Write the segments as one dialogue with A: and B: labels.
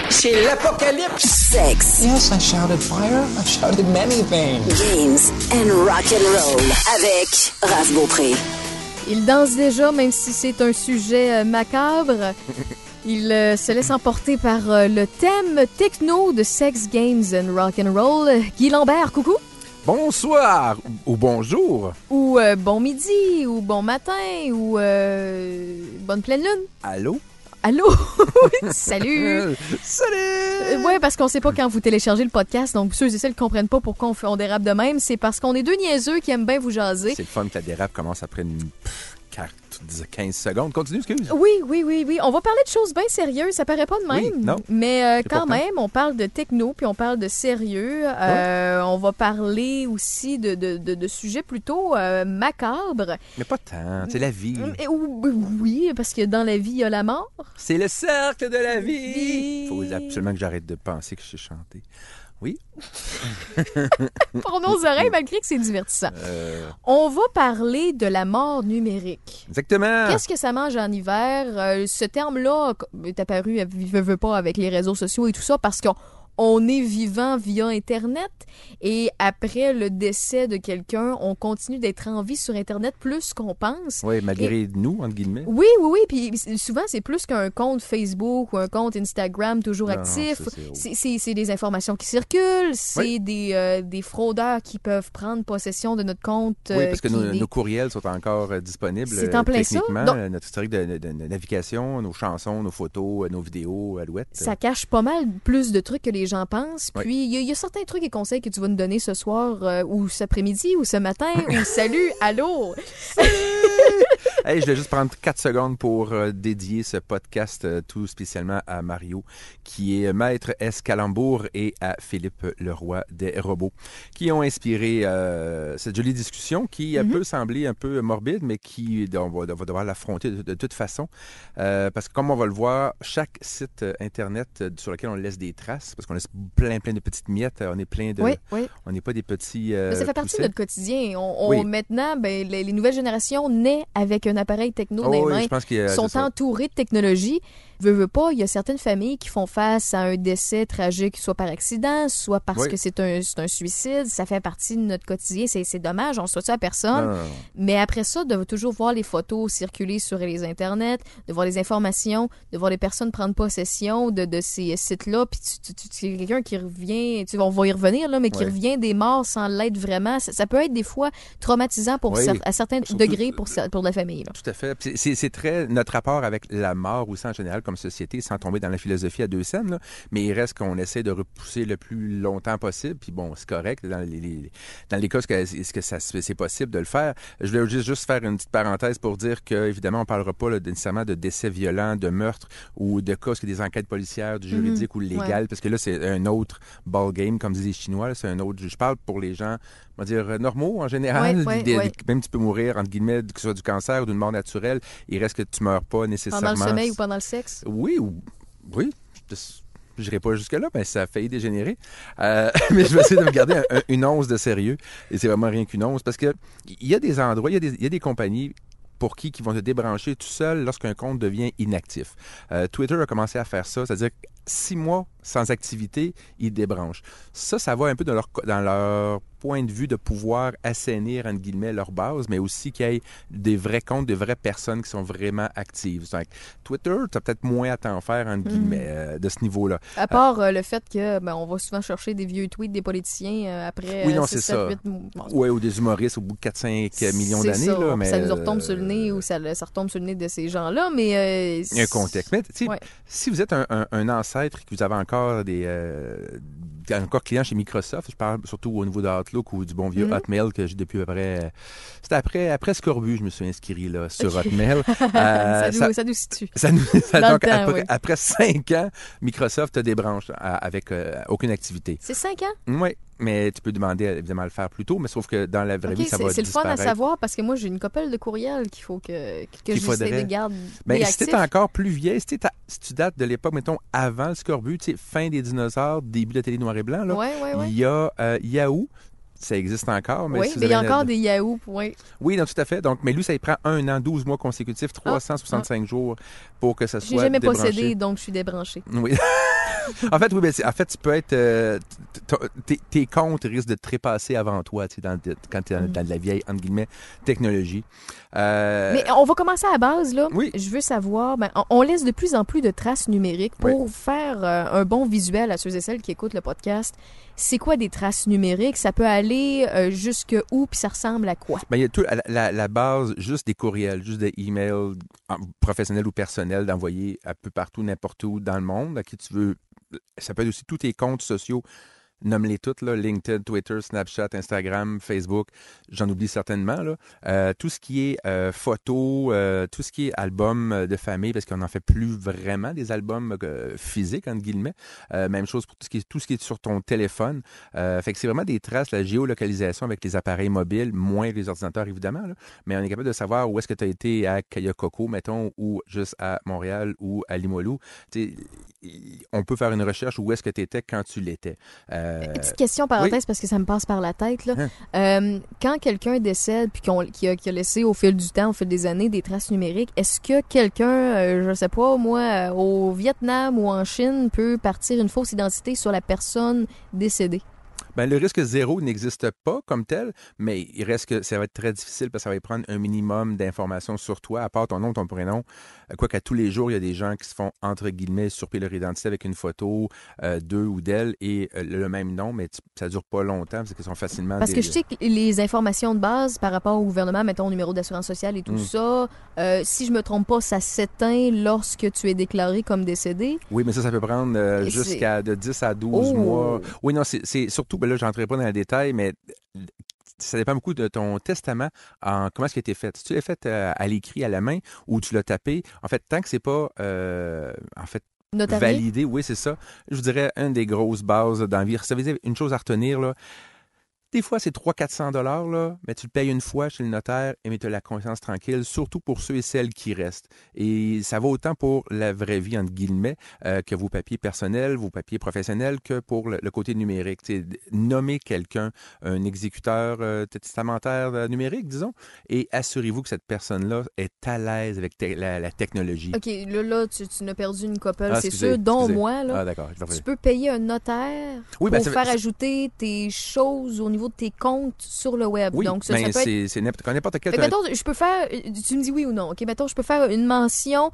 A: C'est l'apocalypse.
B: Sex.
C: Yes, I shouted fire. I shouted many things.
B: Games and rock'n'roll avec Raph Beaupré.
D: Il danse déjà, même si c'est un sujet macabre. Il se laisse emporter par le thème techno de Sex, Games and Rock'n'Roll. Guy Lambert, coucou.
E: Bonsoir ou bonjour.
D: Ou bon midi, ou bon matin, ou bonne pleine lune.
E: Allô?
D: Allô? Salut!
E: Salut!
D: Ouais, parce qu'on sait pas quand vous téléchargez le podcast, donc ceux et celles qui comprennent pas pourquoi on dérape de même, c'est parce qu'on est deux niaiseux qui aiment bien vous jaser.
E: C'est le fun que la dérape commence après une 15 secondes. Continue, excuse.
D: Oui. On va parler de choses bien sérieuses. Ça paraît pas de même.
E: Oui, non.
D: Mais quand
E: pourtant.
D: même, on parle de techno, puis on parle de sérieux. On va parler aussi de sujets plutôt macabres.
E: Mais pas tant. C'est la vie.
D: Oui, parce que dans la vie, il y a la mort.
E: C'est le cercle de la vie. Faut absolument que j'arrête de penser que je sais chanter. Oui.
D: Pour nos oreilles, malgré que c'est divertissant. On va parler de la mort numérique.
E: Exactement.
D: Qu'est-ce que ça mange en hiver? Ce terme-là est apparu, veut pas, avec les réseaux sociaux et tout ça, parce qu'on est vivant via Internet et après le décès de quelqu'un, on continue d'être en vie sur Internet plus qu'on pense.
E: Oui, malgré nous, entre guillemets.
D: Oui. Puis souvent, c'est plus qu'un compte Facebook ou un compte Instagram toujours actif. C'est des informations qui circulent, c'est des fraudeurs qui peuvent prendre possession de notre compte.
E: Oui, parce que nos courriels sont encore disponibles.
D: C'est en plein ça.
E: Techniquement,
D: Donc,
E: notre historique de navigation, nos chansons, nos photos, nos vidéos, alouettes.
D: Ça cache pas mal plus de trucs que les gens pensent.
E: Oui.
D: Puis, il y a certains trucs et conseils que tu vas nous donner ce soir ou cet après-midi ou ce matin ou salut, allô.
E: Hey, je vais juste prendre 4 secondes pour dédier ce podcast tout spécialement à Mario, qui est maître S. Calembour, et à Philippe Leroy des robots, qui ont inspiré cette jolie discussion qui peut sembler un peu morbide, mais on va devoir l'affronter de toute façon. Parce que comme on va le voir, chaque site Internet sur lequel on laisse des traces, parce qu'on laisse plein de petites miettes, on est plein de...
D: Oui.
E: On n'est pas des petits...
D: Mais ça fait partie de notre quotidien.
E: Oui.
D: Maintenant, les nouvelles générations naissent avec un appareil techno dans les mains.
E: Je pense qu'ils
D: sont entourés de technologie. Veux pas, il y a certaines familles qui font face à un décès tragique, soit par accident, soit parce que c'est un suicide. Ça fait partie de notre quotidien. C'est dommage, on ne souhaite ça à personne.
E: Non.
D: Mais après ça, de toujours voir les photos circuler sur les internets, de voir les informations, de voir les personnes prendre possession de ces sites-là, puis tu quelqu'un qui revient, on va y revenir, là, mais qui revient des morts sans l'être vraiment. Ça peut être des fois traumatisant à certains degrés pour la famille. Là.
E: Tout à fait. C'est très notre rapport avec la mort aussi en général comme société, sans tomber dans la philosophie à deux scènes, là. Mais il reste qu'on essaie de repousser le plus longtemps possible. Puis bon, c'est correct dans les cas est-ce que c'est possible de le faire. Je voulais juste faire une petite parenthèse pour dire que évidemment on parlera pas là, nécessairement de décès violents, de meurtres ou de cas, des enquêtes policières, du juridique ou légal, parce que là c'est un autre ball game comme disent les Chinois. Là, c'est un autre. Je parle pour les gens, on va dire normaux en général. Même tu peux mourir entre guillemets, que ce soit du cancer ou d'une mort naturelle. Il reste que tu meurs pas nécessairement.
D: Pendant le sommeil ou pendant le sexe?
E: Oui. Je n'irai pas jusque-là, mais ça a failli dégénérer. Mais je vais essayer de me garder une once de sérieux. Et c'est vraiment rien qu'une once. Parce que il y a des endroits, il y a des compagnies pour qui vont te débrancher tout seul lorsqu'un compte devient inactif. Twitter a commencé à faire ça, c'est-à-dire 6 mois sans activité, ils débranchent. Ça va un peu dans leur point de vue de pouvoir assainir, entre guillemets, leur base, mais aussi qu'il y ait des vrais comptes, de vraies personnes qui sont vraiment actives. Donc, Twitter, tu as peut-être moins à t'en faire, entre guillemets, de ce niveau-là.
D: À part le fait que on va souvent chercher des vieux tweets des politiciens après 6, 7, 8 mois.
E: Oui, ou des humoristes au bout de 4-5 millions d'années.
D: Ça.
E: Là, mais,
D: ça nous retombe sur le nez ou ça retombe sur le nez de ces gens-là, mais...
E: il y a un contexte. Mais si vous êtes un ancêtre et que vous avez encore encore client chez Microsoft, je parle surtout au niveau d'Outlook ou du bon vieux Hotmail que j'ai depuis à peu près... C'était après Scorbut, je me suis inscrit là, sur Hotmail.
D: Ça nous situe.
E: Donc, après 5 ans, Microsoft te débranche avec aucune activité.
D: C'est 5 ans?
E: Oui. Mais tu peux demander évidemment à le faire plus tôt, mais sauf que dans la vraie vie, ça va disparaître. C'est le fun à
D: savoir parce que moi, j'ai une couple de courriels qu'il faut que je garde
E: si tu es encore plus vieille, si tu dates de l'époque, mettons, avant le Scorbut, fin des dinosaures, début de la télé noir et blanc, il y a Yahoo. Ça existe encore. Mais
D: oui, mais il y a encore des Yahoo. Oui,
E: non, tout à fait. Donc, mais lui, ça y prend 1 an, 12 mois consécutifs, 365 jours pour que ça soit
D: J'ai jamais
E: débranché.
D: possédé, donc je suis débranché.
E: Oui. En fait, oui, mais en fait, tu peux être... tes comptes risquent de te trépasser avant toi, tu sais, quand tu es dans de la vieille, entre guillemets, technologie.
D: Mais on va commencer à la base, là.
E: Oui.
D: Je veux savoir, on laisse de plus en plus de traces numériques pour faire un bon visuel à ceux et celles qui écoutent le podcast. C'est quoi des traces numériques? Ça peut aller jusque où, puis ça ressemble à quoi?
E: Ben, il y a tout, la base, juste des courriels, juste des emails professionnels ou personnels d'envoyer un peu partout, n'importe où dans le monde, à qui tu veux. Ça peut être aussi tous tes comptes sociaux. Nomme-les toutes, là, LinkedIn, Twitter, Snapchat, Instagram, Facebook, j'en oublie certainement. Là. Tout ce qui est photos, tout ce qui est albums de famille, parce qu'on n'en fait plus vraiment des albums physiques, entre guillemets. Même chose pour tout ce qui est sur ton téléphone. Fait que c'est vraiment des traces, la géolocalisation avec les appareils mobiles, moins les ordinateurs évidemment, là. Mais on est capable de savoir où est-ce que tu as été à Kayakoko, mettons, ou juste à Montréal ou à Limoilou. T'sais, on peut faire une recherche où est-ce que tu étais quand tu l'étais.
D: Petite question parenthèse parce que ça me passe par la tête. Là. Quand quelqu'un décède puis qui a laissé au fil du temps, au fil des années, des traces numériques, est-ce que quelqu'un, je sais pas, moi, au Vietnam ou en Chine, peut partir une fausse identité sur la personne décédée?
E: Ben, le risque zéro n'existe pas comme tel, mais il reste que ça va être très difficile parce que ça va prendre un minimum d'informations sur toi, à part ton nom, ton prénom. Quoiqu'à tous les jours, il y a des gens qui se font, entre guillemets, usurper leur identité avec une photo d'eux ou d'elle et le même nom, mais ça dure pas longtemps parce qu'ils sont facilement...
D: Parce que je sais que les informations de base par rapport au gouvernement, mettons, numéro d'assurance sociale et tout ça, si je me trompe pas, ça s'éteint lorsque tu es déclaré comme décédé.
E: Oui, mais ça peut prendre jusqu'à de 10 à 12 mois. Oui, non, c'est surtout... Ben là, je n'entrerai pas dans les détails, mais ça dépend beaucoup de ton testament, comment est-ce qu'il a été fait. Si tu l'as fait à l'écrit, à la main, ou tu l'as tapé, en fait, tant que c'est pas
D: Notarié?
E: validé, oui, c'est ça, je vous dirais une des grosses bases dans la vie. Ça veut dire une chose à retenir, là. Des fois, c'est 300-400 $, là, mais tu le payes une fois chez le notaire et tu as la conscience tranquille, surtout pour ceux et celles qui restent. Et ça va autant pour la vraie vie, entre guillemets, que vos papiers personnels, vos papiers professionnels, que pour le côté numérique. T'sais, nommer quelqu'un, un exécuteur testamentaire numérique, disons, et assurez-vous que cette personne-là est à l'aise avec la technologie.
D: OK, là tu n'as perdu une couple, c'est
E: excusez,
D: sûr, dont
E: excusez.
D: moi. Là,
E: Ah, d'accord.
D: tu peux payer un notaire pour faire ajouter tes choses au niveau de tes comptes sur le web.
E: Oui,
D: donc ça
E: mais
D: peut être...
E: c'est n'importe quel...
D: Mettons, je peux faire... Tu me dis oui ou non, OK? Mettons, je peux faire une mention...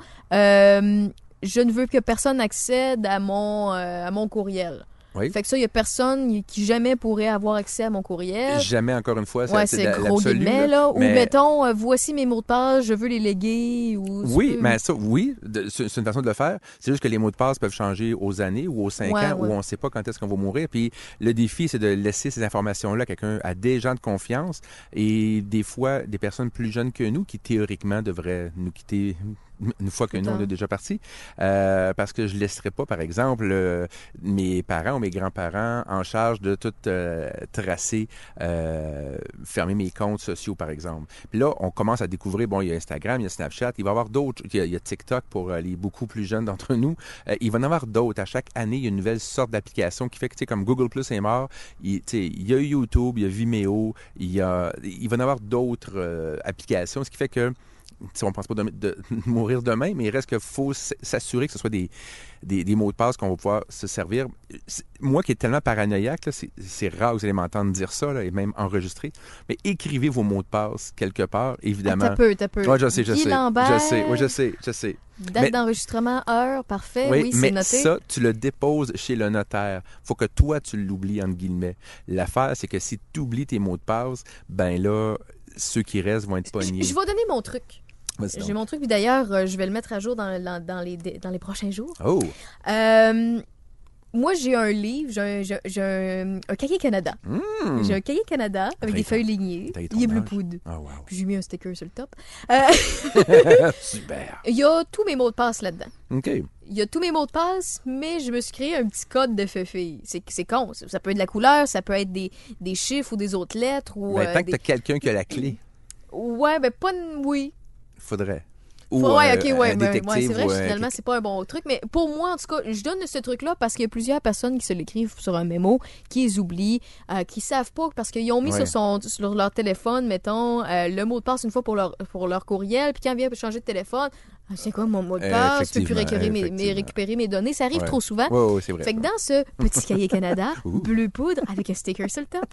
D: je ne veux que personne accède à mon courriel.
E: Oui.
D: Fait que ça, il n'y a personne qui jamais pourrait avoir accès à mon courriel.
E: Jamais, encore une fois,
D: ouais, c'est gros guillemets, là. Ou mettons, voici mes mots de passe, je veux les léguer.
E: Oui, mais ça, oui, c'est une façon de le faire. C'est juste que les mots de passe peuvent changer aux années ou aux 5 ans où on ne sait pas quand est-ce qu'on va mourir. Puis le défi, c'est de laisser ces informations-là à quelqu'un, à des gens de confiance et des fois, des personnes plus jeunes que nous qui, théoriquement, devraient nous quitter une fois que nous, on est déjà parti. Parce que je ne laisserai pas, par exemple, mes parents ou mes grands-parents en charge de tout tracer, fermer mes comptes sociaux, par exemple. Puis là, on commence à découvrir, bon, il y a Instagram, il y a Snapchat, il va y avoir d'autres, il y a TikTok pour les beaucoup plus jeunes d'entre nous. Il va y en avoir d'autres. À chaque année, il y a une nouvelle sorte d'application qui fait que, tu sais, comme Google Plus est mort, il y a YouTube, il y a Vimeo, il va y en avoir d'autres applications, ce qui fait que on ne pense pas de mourir demain, mais il reste qu'il faut s'assurer que ce soit des mots de passe qu'on va pouvoir se servir. Moi qui est tellement paranoïaque, là, c'est rare que vous allez m'entendre dire ça, là, et même enregistrer, mais écrivez vos mots de passe quelque part, évidemment.
D: T'as peu.
E: Ouais, je sais. Je sais.
D: Date d'enregistrement, heure, parfait, oui, c'est
E: mais
D: noté.
E: Ça, tu le déposes chez le notaire. Faut que toi, tu l'oublies, entre guillemets. L'affaire, c'est que si tu oublies tes mots de passe, ben là, ceux qui restent vont être pognés.
D: Je vais donner mon truc. J'ai mon truc, puis d'ailleurs, je vais le mettre à jour dans les prochains jours.
E: Oh!
D: Moi, j'ai un livre, j'ai un cahier Canada. J'ai un cahier Canada avec des feuilles lignées. Il est bleu poudre.
E: Oh, wow.
D: Puis j'ai mis un sticker sur le top.
E: Super!
D: Il y a tous mes mots de passe là-dedans.
E: OK.
D: Il y a tous mes mots de passe, mais je me suis créé un petit code de feu-fille. C'est con. Ça peut être de la couleur, ça peut être des chiffres ou des autres lettres. Ou,
E: tant que tu as quelqu'un qui a la clé.
D: Ouais, mais pas... Oui.
E: Faudrait.
D: Ou
E: un
D: c'est vrai,
E: ou,
D: finalement, c'est pas un bon truc. Mais pour moi, en tout cas, je donne ce truc-là parce qu'il y a plusieurs personnes qui se l'écrivent sur un mémo, qui les oublient, qui savent pas parce qu'ils ont mis sur leur téléphone, mettons, le mot de passe une fois pour leur courriel, puis quand ils viennent changer de téléphone, C'est quoi mon mot de passe? Je peux plus récupérer mes données. Ça arrive trop souvent.
E: Oui, c'est vrai.
D: Fait que dans ce petit cahier Canada, bleu poudre avec un sticker sur le top,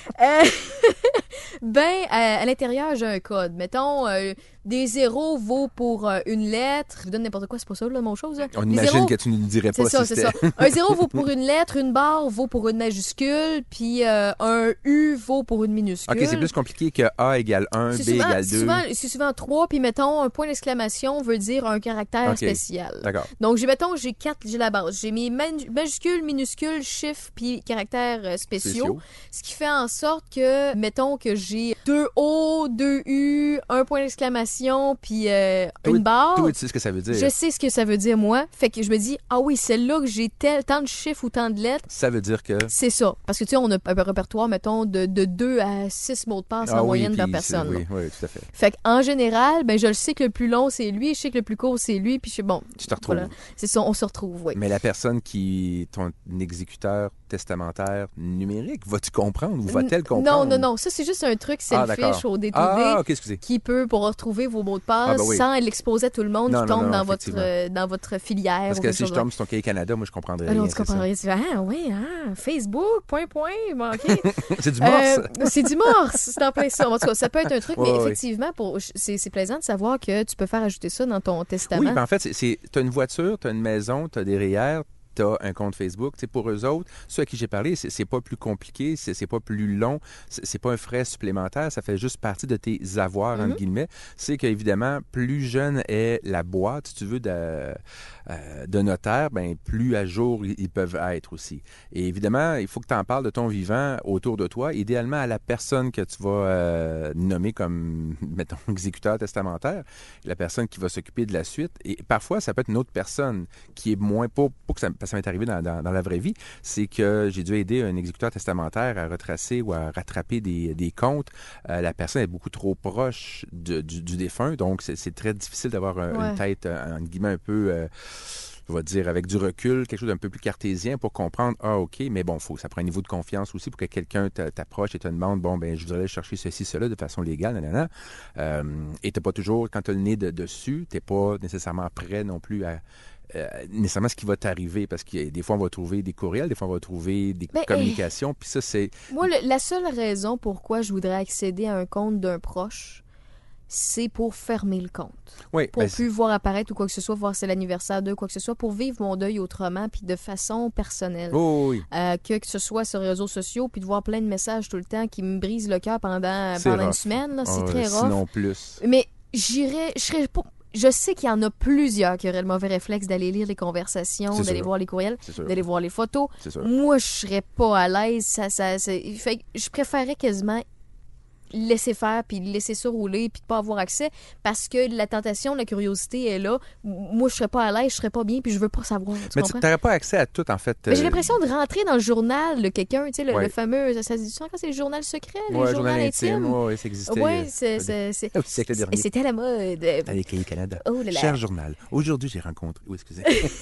D: à l'intérieur, j'ai un code. Mettons, des zéros vaut pour une lettre. Je vous donne n'importe quoi, c'est pas ça, là, mon chose. Là.
E: On imagine que tu ne nous dirais pas
D: c'est ça. Un zéro vaut pour une lettre, une barre vaut pour une majuscule, puis un U vaut pour une minuscule.
E: OK, c'est plus compliqué que A égale 1, B égale 2.
D: C'est souvent 3, puis mettons, un point d'exclamation veut dire un caractère spécial.
E: D'accord.
D: Donc, j'ai la base. J'ai mes majuscules, minuscules, chiffres, puis caractères spéciaux. Ce qui fait en sorte que, mettons que j'ai 2 O, 2 U, un point d'exclamation, puis une barre.
E: Toi, tu sais ce que ça veut dire.
D: Je sais ce que ça veut dire, moi. Fait que je me dis, ah oui, celle-là que j'ai tant de chiffres ou tant de lettres.
E: Ça veut dire que...
D: C'est ça. Parce que, tu sais, on a un répertoire, mettons, de 2 à 6 mots de passe en moyenne par personne.
E: Oui, tout à fait.
D: Fait qu'en général, je le sais que le plus long, c'est lui, je sais que le plus court, c'est lui, puis bon.
E: Tu te retrouves.
D: Voilà. C'est ça, on se retrouve, oui.
E: Mais la personne ton exécuteur testamentaire numérique, vas-tu comprendre ou va-t-elle comprendre?
D: Non. Ça, c'est juste un truc selfish au D2D qui peut, pour retrouver vos mots de passe sans l'exposer à tout le monde qui tombe dans votre filière.
E: Parce que si je tombe sur ton cahier Canada, moi, je comprendrais rien.
D: Non, tu comprends rien. Tu fais, Facebook, point. Bon, OK.
E: C'est du morse.
D: C'est du morse. C'est en plein ça. En tout cas, ça peut être un truc, mais effectivement, c'est plaisant de savoir que tu peux faire ajouter ça dans ton testament.
E: Oui, en fait, tu as une voiture, tu as une maison, tu as des REER, tu as un compte Facebook. T'sais, pour eux autres, ceux à qui j'ai parlé, c'est pas plus compliqué, c'est pas plus long, c'est pas un frais supplémentaire, ça fait juste partie de tes avoirs, entre guillemets. C'est qu'évidemment, plus jeune est la boîte, si tu veux, de notaire, plus à jour ils peuvent être aussi. Et évidemment, il faut que tu en parles de ton vivant autour de toi, idéalement à la personne que tu vas nommer comme, mettons, exécuteur testamentaire, la personne qui va s'occuper de la suite. Et parfois, ça peut être une autre personne qui est moins... Pas que ça m'est arrivé dans la vraie vie, c'est que j'ai dû aider un exécuteur testamentaire à retracer ou à rattraper des comptes. La personne est beaucoup trop proche du défunt, donc c'est très difficile d'avoir une tête, entre guillemets, un peu... on va dire, avec du recul, quelque chose d'un peu plus cartésien pour comprendre, OK, mais bon, ça prend un niveau de confiance aussi pour que quelqu'un t'approche et te demande, je voudrais aller chercher ceci, cela de façon légale, et t'es pas toujours, quand tu as le nez dessus, t'es pas nécessairement prêt non plus à nécessairement ce qui va t'arriver, parce que des fois, on va trouver des courriels, des fois, on va trouver des communications, puis ça, c'est...
D: Moi, la seule raison pourquoi je voudrais accéder à un compte d'un proche, c'est pour fermer le compte.
E: Oui,
D: pour plus voir apparaître ou quoi que ce soit, voir c'est l'anniversaire de quoi que ce soit, pour vivre mon deuil autrement, puis de façon personnelle.
E: Oh, oui.
D: Que ce soit sur les réseaux sociaux, puis de voir plein de messages tout le temps qui me brisent le cœur pendant une semaine, là, c'est très rough.
E: Sinon plus.
D: Mais je sais qu'il y en a plusieurs qui auraient le mauvais réflexe d'aller lire les conversations, d'aller voir les courriels, d'aller voir les photos. Moi, je serais pas à l'aise. Fait que je préférerais quasiment laisser faire, puis laisser ça rouler, puis de pas avoir accès, parce que la tentation, la curiosité est là. Moi, je serais pas à l'aise, je serais pas bien, puis je veux pas savoir. Tu comprends?
E: Tu n'aurais pas accès à tout, en fait.
D: Mais j'ai l'impression de rentrer dans le journal de quelqu'un, tu sais, le fameux, ça se dit souvent quand c'est le journal secret, le journal intime.
E: Oui, ça existait.
D: Oui,
E: au siècle dernier.
D: Et c'était à la mode.
E: Avec Cahier Canada.
D: Oh là là.
E: Cher journal. Aujourd'hui, j'ai rencontré... Oui, excusez.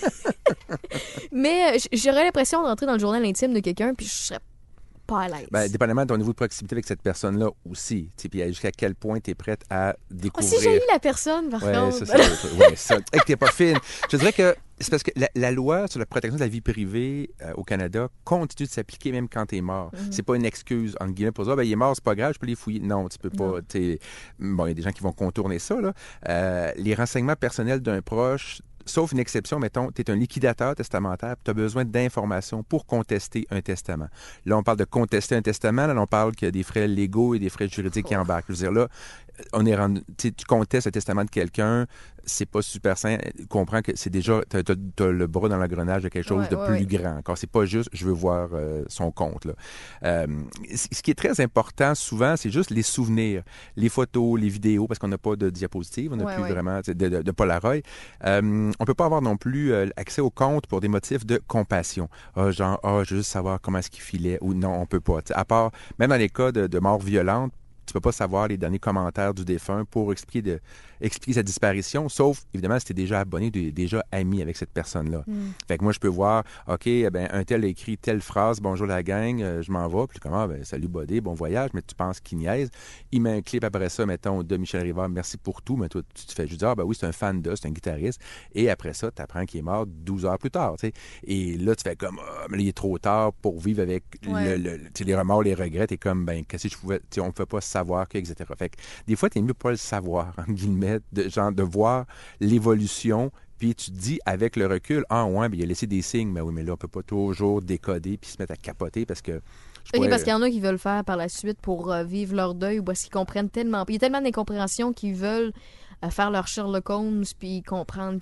D: Mais j'aurais l'impression de rentrer dans le journal intime de quelqu'un, puis je serais pas à l'aise.
E: Dépendamment de ton niveau de proximité avec cette personne-là aussi. Puis jusqu'à quel point tu es prête à découvrir.
D: Si j'ai la personne, par contre.
E: Ça. Et que tu n'es pas fine. Je dirais que c'est parce que la loi sur la protection de la vie privée au Canada continue de s'appliquer même quand tu es mort. C'est pas une excuse, entre guillemets, pour dire il est mort, c'est pas grave, je peux les fouiller. Non, tu peux pas. Il y a des gens qui vont contourner ça. Là. Les renseignements personnels d'un proche, sauf une exception, mettons, tu es un liquidateur testamentaire, tu as besoin d'informations pour contester un testament. Là, on parle de contester un testament, là, on parle qu'il y a des frais légaux et des frais juridiques qui embarquent. Je veux dire, là, on est rendu, tu contestes le testament de quelqu'un, c'est pas super simple. Comprends que c'est déjà, t'as le bras dans l'engrenage de quelque chose de plus grand. Encore, c'est pas juste, je veux voir son compte. Là. Ce qui est très important souvent, c'est juste les souvenirs, les photos, les vidéos, parce qu'on n'a pas de diapositive, on n'a plus vraiment de Polaroid. On peut pas avoir non plus accès au compte pour des motifs de compassion. Je veux juste savoir comment est-ce qu'il filait, ou non, on peut pas. À part, même dans les cas de mort violente, tu peux pas savoir les derniers commentaires du défunt pour expliquer expliquer sa disparition, sauf, évidemment, si tu es déjà abonné, déjà ami avec cette personne-là. Fait que moi, je peux voir, OK, un tel a écrit telle phrase, bonjour la gang, je m'en vais, puis comment, salut Bodé, bon voyage, mais tu penses qu'il niaise. Il met un clip après ça, mettons, de Michel Rivard, merci pour tout, mais toi, tu te fais juste dire, oui, c'est un fan de, c'est un guitariste, et après ça, tu apprends qu'il est mort 12 heures plus tard, tu sais. Et là, tu fais comme, mais là, il est trop tard pour vivre avec les remords, les regrets, t'es comme, qu'est-ce que je pouvais, on ne peut pas savoir que, etc. Fait que des fois, t'es mieux pas le savoir, entre guillemets, de voir l'évolution. Puis tu te dis, avec le recul, il a laissé des signes, mais oui, mais là, on peut pas toujours décoder puis se mettre à capoter parce que...
D: parce qu'il y en a qui veulent faire par la suite pour vivre leur deuil ou parce qu'ils comprennent tellement... Il y a tellement d'incompréhension qu'ils veulent faire leur Sherlock Holmes puis comprendre,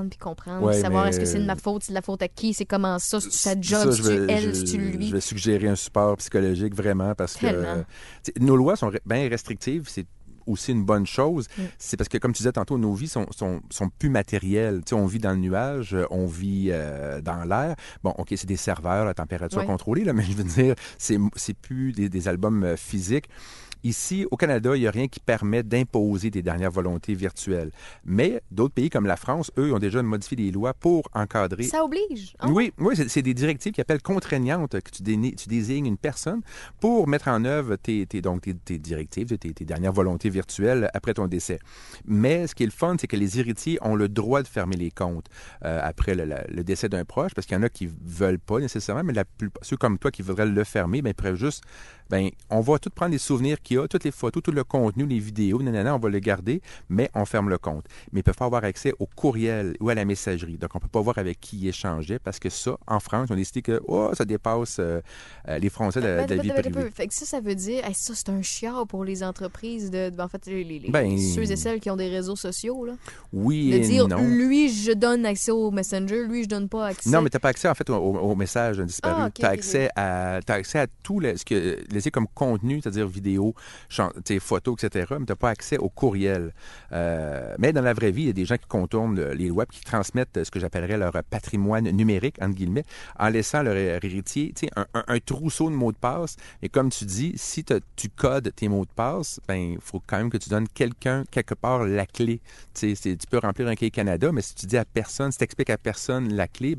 D: savoir est-ce que c'est de ma faute, c'est de la faute à qui, c'est comment ça, c'est sa job, c'est-tu elle, c'est-tu lui.
E: Je vais suggérer un support psychologique vraiment parce que nos lois sont bien restrictives, c'est aussi une bonne chose. C'est parce que, comme tu disais tantôt, nos vies sont plus matérielles. Tu sais, on vit dans le nuage, on vit dans l'air. Bon, OK, c'est des serveurs, la température contrôlée, là, mais je veux dire, c'est plus des albums physiques. Ici, au Canada, il n'y a rien qui permet d'imposer des dernières volontés virtuelles. Mais d'autres pays comme la France, eux, ont déjà modifié des lois pour encadrer...
D: Ça oblige. Oh.
E: Oui, c'est des directives qui appellent contraignantes, que tu désignes une personne pour mettre en œuvre tes directives, tes dernières volontés virtuelles après ton décès. Mais ce qui est le fun, c'est que les héritiers ont le droit de fermer les comptes après le décès d'un proche, parce qu'il y en a qui ne veulent pas nécessairement, mais ceux comme toi qui voudraient le fermer, ils pourraient juste... on va tout prendre les souvenirs qu'il y a, toutes les photos, tout le contenu, les vidéos, on va le garder, mais on ferme le compte. Mais ils ne peuvent pas avoir accès au courriel ou à la messagerie. Donc, on ne peut pas voir avec qui ils échangeaient parce que ça, en France, ils ont décidé que ça dépasse les Français de la vie privée.
D: Fait que ça veut dire, ça, c'est un chiard pour les entreprises, en fait, ceux et celles qui ont des réseaux sociaux, là.
E: Oui
D: de
E: et
D: dire,
E: non.
D: Lui, je donne accès au Messenger, lui, je donne pas accès.
E: Non, mais tu n'as pas accès, en fait, au message disparu. Tu as accès à tout ce que laissé comme contenu, c'est-à-dire vidéo, photos, etc., mais tu n'as pas accès au courriel. Mais dans la vraie vie, il y a des gens qui contournent les lois qui transmettent ce que j'appellerais leur patrimoine numérique, entre guillemets, en laissant leur héritier un trousseau de mots de passe. Et comme tu dis, si tu codes tes mots de passe, il faut quand même que tu donnes quelque part, la clé. Tu peux remplir un cahier Canada, mais si tu dis à personne, si tu expliques à personne la clé,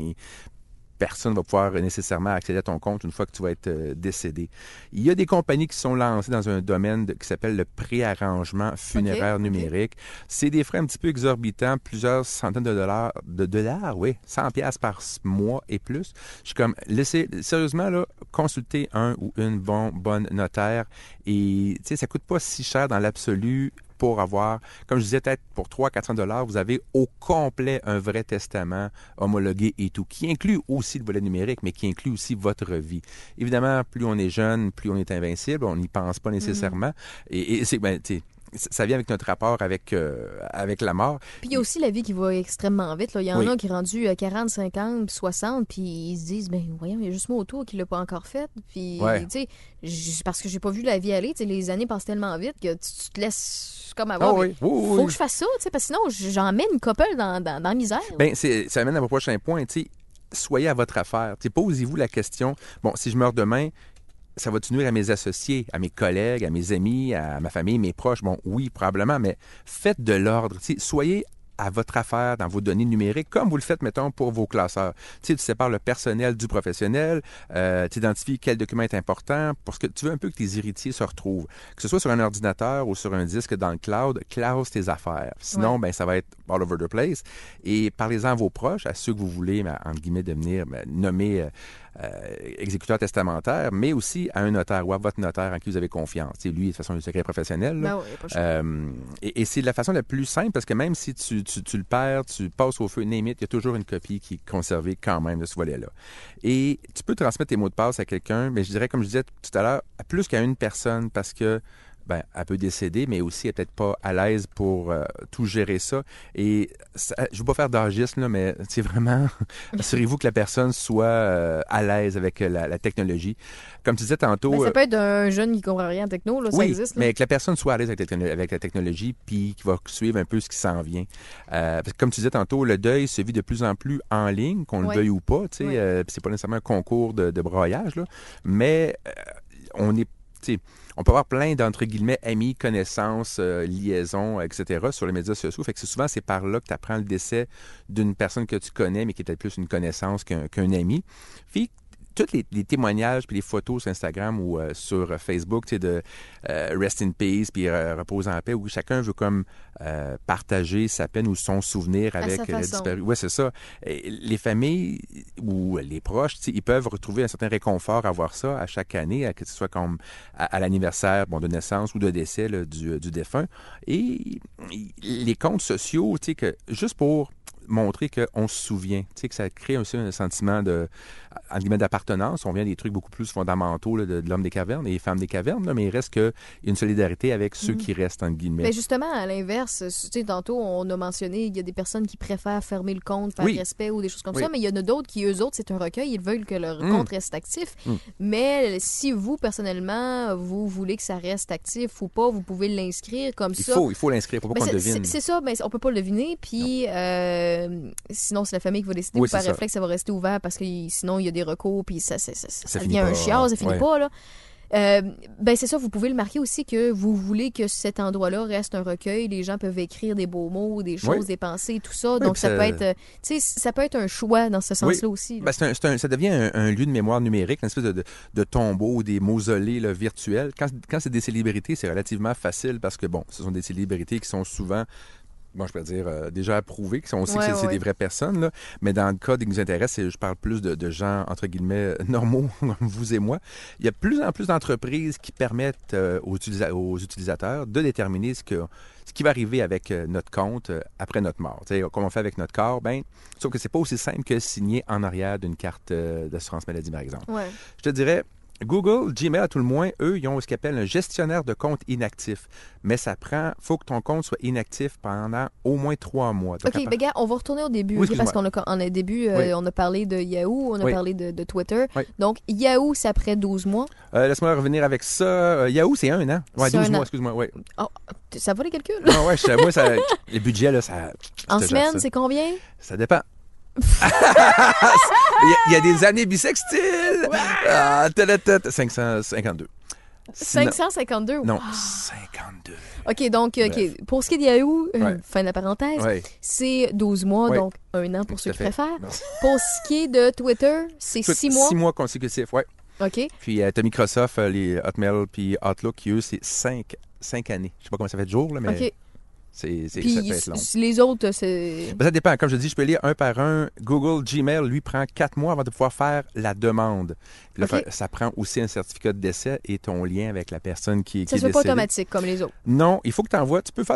E: personne ne va pouvoir nécessairement accéder à ton compte une fois que tu vas être décédé. Il y a des compagnies qui sont lancées dans un domaine qui s'appelle le préarrangement funéraire numérique. C'est des frais un petit peu exorbitants, plusieurs centaines de dollars, 100 pièces par mois et plus. Je suis comme, sérieusement, là, consulter un ou une bonne notaire et, ça coûte pas si cher dans l'absolu pour avoir, comme je disais, peut-être pour 300-400 $, vous avez au complet un vrai testament homologué et tout, qui inclut aussi le volet numérique, mais qui inclut aussi votre vie. Évidemment, plus on est jeune, plus on est invincible, on n'y pense pas nécessairement. Et c'est, ça vient avec notre rapport avec la mort.
D: Puis il y a aussi la vie qui va extrêmement vite. Là. Il y en a qui sont rendus à 40, 50, 60, puis ils se disent, voyons, il y a juste moi autour qui l'a pas encore fait. Puis, tu sais, parce que j'ai pas vu la vie aller, les années passent tellement vite que tu te laisses comme avoir. Faut que je fasse ça, parce que sinon, j'emmène une couple dans la misère.
E: Ça amène à mon prochain point, soyez à votre affaire. Posez-vous la question, si je meurs demain, ça va-tu nuire à mes associés, à mes collègues, à mes amis, à ma famille, mes proches? Bon, oui, probablement, mais faites de l'ordre. Soyez à votre affaire dans vos données numériques, comme vous le faites, mettons, pour vos classeurs. Tu sépares le personnel du professionnel, tu identifies quel document est important, parce que tu veux un peu que tes héritiers se retrouvent. Que ce soit sur un ordinateur ou sur un disque dans le cloud, classe tes affaires. Sinon, ça va être all over the place. Et parlez-en à vos proches, à ceux que vous voulez, entre guillemets, devenir nommer exécuteur testamentaire, mais aussi à un notaire ou à votre notaire en qui vous avez confiance. Lui, de toute façon, le secret professionnel. Et c'est la façon la plus simple, parce que même si tu le perds, tu passes au feu, name it, il y a toujours une copie qui est conservée quand même de ce volet-là. Et tu peux transmettre tes mots de passe à quelqu'un, mais je dirais, comme je disais tout à l'heure, à plus qu'à une personne, parce que elle peut décéder, mais aussi elle n'est peut-être pas à l'aise pour tout gérer ça. Et je ne veux pas faire d'âgisme, là, mais c'est vraiment, assurez-vous que la personne soit à l'aise avec la technologie. Comme tu disais tantôt...
D: ça peut être un jeune qui ne comprend rien en techno, là, ça existe. Là.
E: Mais que la personne soit à l'aise avec la technologie, puis qui va suivre un peu ce qui s'en vient. Parce que comme tu disais tantôt, le deuil se vit de plus en plus en ligne, qu'on le veuille ou pas. C'est pas nécessairement un concours de broyage, là, mais on est tu sais, on peut avoir plein d'entre guillemets amis, connaissances, liaisons, etc. sur les médias sociaux. Fait que souvent, c'est par là que tu apprends le décès d'une personne que tu connais, mais qui est peut-être plus une connaissance qu'un ami. Puis, tous les témoignages puis les photos sur Instagram ou sur Facebook, tu sais, de Rest in Peace puis Repose en paix, où chacun veut comme partager sa peine ou son souvenir avec le disparu. Oui, c'est ça. Et les familles ou les proches, tu sais, ils peuvent retrouver un certain réconfort à voir ça à chaque année, que ce soit comme à l'anniversaire de naissance ou de décès là, du défunt. Et les comptes sociaux, tu sais, que juste pour montrer qu'on se souvient, tu sais, que ça crée aussi un sentiment entre guillemets, d'appartenance. On vient des trucs beaucoup plus fondamentaux là, de l'homme des cavernes et des femmes des cavernes, là, mais il reste une solidarité avec ceux qui restent, entre guillemets.
D: Mais justement, à l'inverse, tu sais, tantôt, on a mentionné, il y a des personnes qui préfèrent fermer le compte par respect ou des choses comme ça, mais il y en a d'autres qui, eux autres, c'est un recueil, ils veulent que leur compte reste actif. Mais si vous, personnellement, vous voulez que ça reste actif ou pas, vous pouvez l'inscrire comme ça.
E: Il faut l'inscrire, il faut pas qu'on le devine.
D: C'est ça, mais on peut pas le deviner, puis sinon, c'est la famille qui va décider, ou par réflexe, ça va rester ouvert parce que sinon, il y a des recours, puis ça devient un chiard, ça finit pas, là. Ben c'est ça, vous pouvez le marquer aussi que vous voulez que cet endroit-là reste un recueil. Les gens peuvent écrire des beaux mots, des choses, des pensées, tout ça. Donc ça peut être, tu sais, ça peut être un choix dans ce sens-là aussi. Là.
E: Ben, ça devient un lieu de mémoire numérique, une espèce de tombeau ou des mausolées là, virtuels. Quand c'est des célébrités, c'est relativement facile parce que bon, ce sont des célébrités qui sont souvent je peux dire, déjà approuvés, on sait que c'est des vraies personnes, là. Mais dans le cas qui nous intéresse, je parle plus de gens, entre guillemets, normaux, comme vous et moi. Il y a de plus en plus d'entreprises qui permettent aux utilisateurs de déterminer ce qui va arriver avec notre compte après notre mort. T'sais, comme on fait avec notre corps, sauf que c'est pas aussi simple que signer en arrière d'une carte d'assurance maladie, par exemple.
D: Ouais.
E: Je te dirais, Google, Gmail, à tout le moins, eux, ils ont ce qu'ils appellent un gestionnaire de compte inactif. Mais faut que ton compte soit inactif pendant au moins 3 mois. Donc,
D: OK, gars, on va retourner au début. Parce qu'on on a parlé de Yahoo, on a parlé de Twitter. Oui. Donc, Yahoo, c'est après 12 mois.
E: Laisse-moi revenir avec ça. Yahoo, c'est 1 an. Ouais, 12 mois, excuse-moi. Ouais.
D: Oh, ça va les calculs?
E: Non, moi, les budgets, là, ça...
D: En semaine, c'est combien?
E: Ça dépend. Il y a des années bissextiles. Ouais. 552.
D: 552?
E: Non,
D: wow.
E: 52.
D: OK, donc, pour ce qui est de Yahoo, fin de la parenthèse, c'est 12 mois, donc 1 an pour ceux qui préfèrent. Non. Pour ce qui est de Twitter, c'est 6 mois?
E: 6 mois consécutifs, oui.
D: OK.
E: Puis, tu as Microsoft, les Hotmail puis Outlook, qui, eux, c'est 5 années. Je sais pas comment ça fait de jours, là, mais... OK.
D: Puis
E: ça peut être long.
D: Les autres, c'est...
E: Ça dépend. Comme je dis, je peux lire un par un. Google Gmail, lui, prend 4 mois avant de pouvoir faire la demande. Puis là, ça prend aussi un certificat de décès et ton lien avec la personne qui est décédée.
D: Ça ne se fait pas automatique comme les autres.
E: Non, il faut que tu envoies. Tu peux faire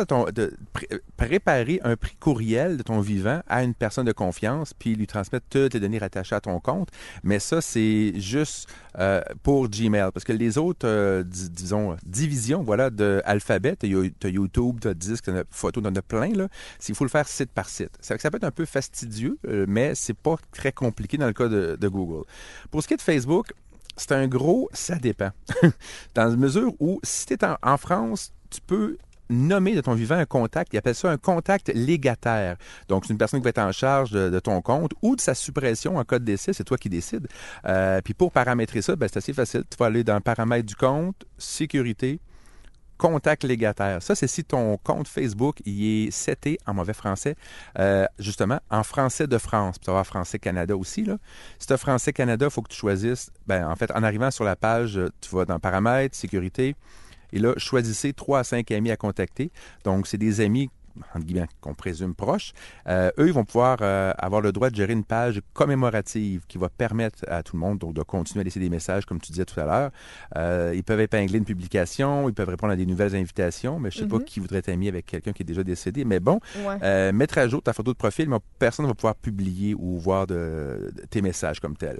E: préparer un prix courriel de ton vivant à une personne de confiance puis lui transmettre toutes les données rattachées à ton compte. Mais ça, c'est juste pour Gmail. Parce que les autres, disons, divisions de Alphabet, tu as YouTube, tu as Disque, tu as photos, tu en as plein. Il faut le faire site par site. Ça peut être un peu fastidieux, mais c'est pas très compliqué dans le cas de Google. Pour ce qui est de Facebook, c'est un gros « ça dépend ». Dans la mesure où, si tu es en France, tu peux nommer de ton vivant un contact. Ils appellent ça un contact légataire. Donc, c'est une personne qui va être en charge de ton compte ou de sa suppression en cas de décès. C'est toi qui décides. Puis pour paramétrer ça, c'est assez facile. Tu vas aller dans paramètres du compte, sécurité, contact légataire. Ça, c'est si ton compte Facebook il est seté en mauvais français, justement, en français de France. Puis tu vas avoir français Canada aussi. Là. Si tu as français Canada, il faut que tu choisisses, en fait, en arrivant sur la page, tu vas dans paramètres, sécurité, et là, choisissez 3 à 5 amis à contacter. Donc, c'est des amis entre guillemets, qu'on présume proches, eux, ils vont pouvoir avoir le droit de gérer une page commémorative qui va permettre à tout le monde donc, de continuer à laisser des messages, comme tu disais tout à l'heure. Ils peuvent épingler une publication, ils peuvent répondre à des nouvelles invitations, mais je ne sais pas qui voudrait être ami avec quelqu'un qui est déjà décédé. Mais bon, mettre à jour ta photo de profil, mais personne ne va pouvoir publier ou voir tes messages comme tels.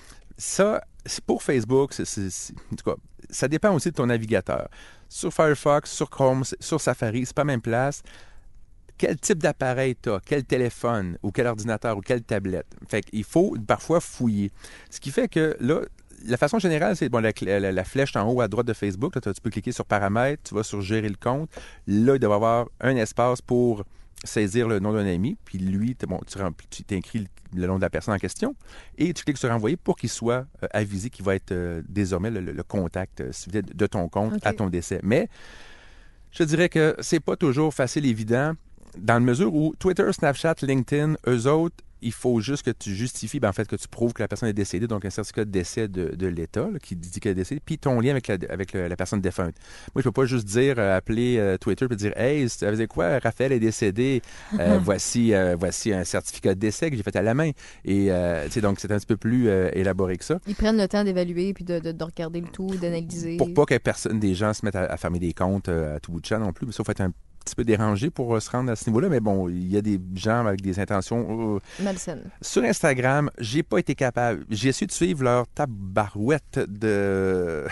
E: Ça, c'est pour Facebook, en tout cas, ça dépend aussi de ton navigateur. Sur Firefox, sur Chrome, sur Safari, c'est pas la même place. Quel type d'appareil tu as, quel téléphone ou quel ordinateur ou quelle tablette. Fait qu'il faut parfois fouiller. Ce qui fait que là, la façon générale, c'est la flèche en haut à droite de Facebook. Là, tu peux cliquer sur paramètres, tu vas sur gérer le compte. Là, il doit y avoir un espace pour saisir le nom d'un ami, puis lui, tu t'inscris le nom de la personne en question et tu cliques sur envoyer pour qu'il soit avisé qu'il va être désormais le contact de ton compte à ton décès. Mais je dirais que c'est pas toujours facile, évident, dans la mesure où Twitter, Snapchat, LinkedIn, eux autres, il faut juste que tu justifies, en fait, que tu prouves que la personne est décédée, donc un certificat de décès de l'État là, qui dit qu'elle est décédée, puis ton lien avec la personne défunte. Moi, je peux pas juste dire, appeler Twitter et dire « Hey, ça faisait quoi? Raphaël est décédé. Voici un certificat de décès que j'ai fait à la main. » Et donc, c'est un petit peu plus élaboré que ça.
D: Ils prennent le temps d'évaluer puis de regarder le tout, d'analyser.
E: Pour pas que des gens se mettent à fermer des comptes à tout bout de champ non plus, mais ça, il faut être un petit peu dérangé pour se rendre à ce niveau-là, mais bon, il y a des gens avec des intentions
D: malsaines.
E: Sur Instagram, j'ai pas été capable. J'ai essayé de suivre leur tabarouette de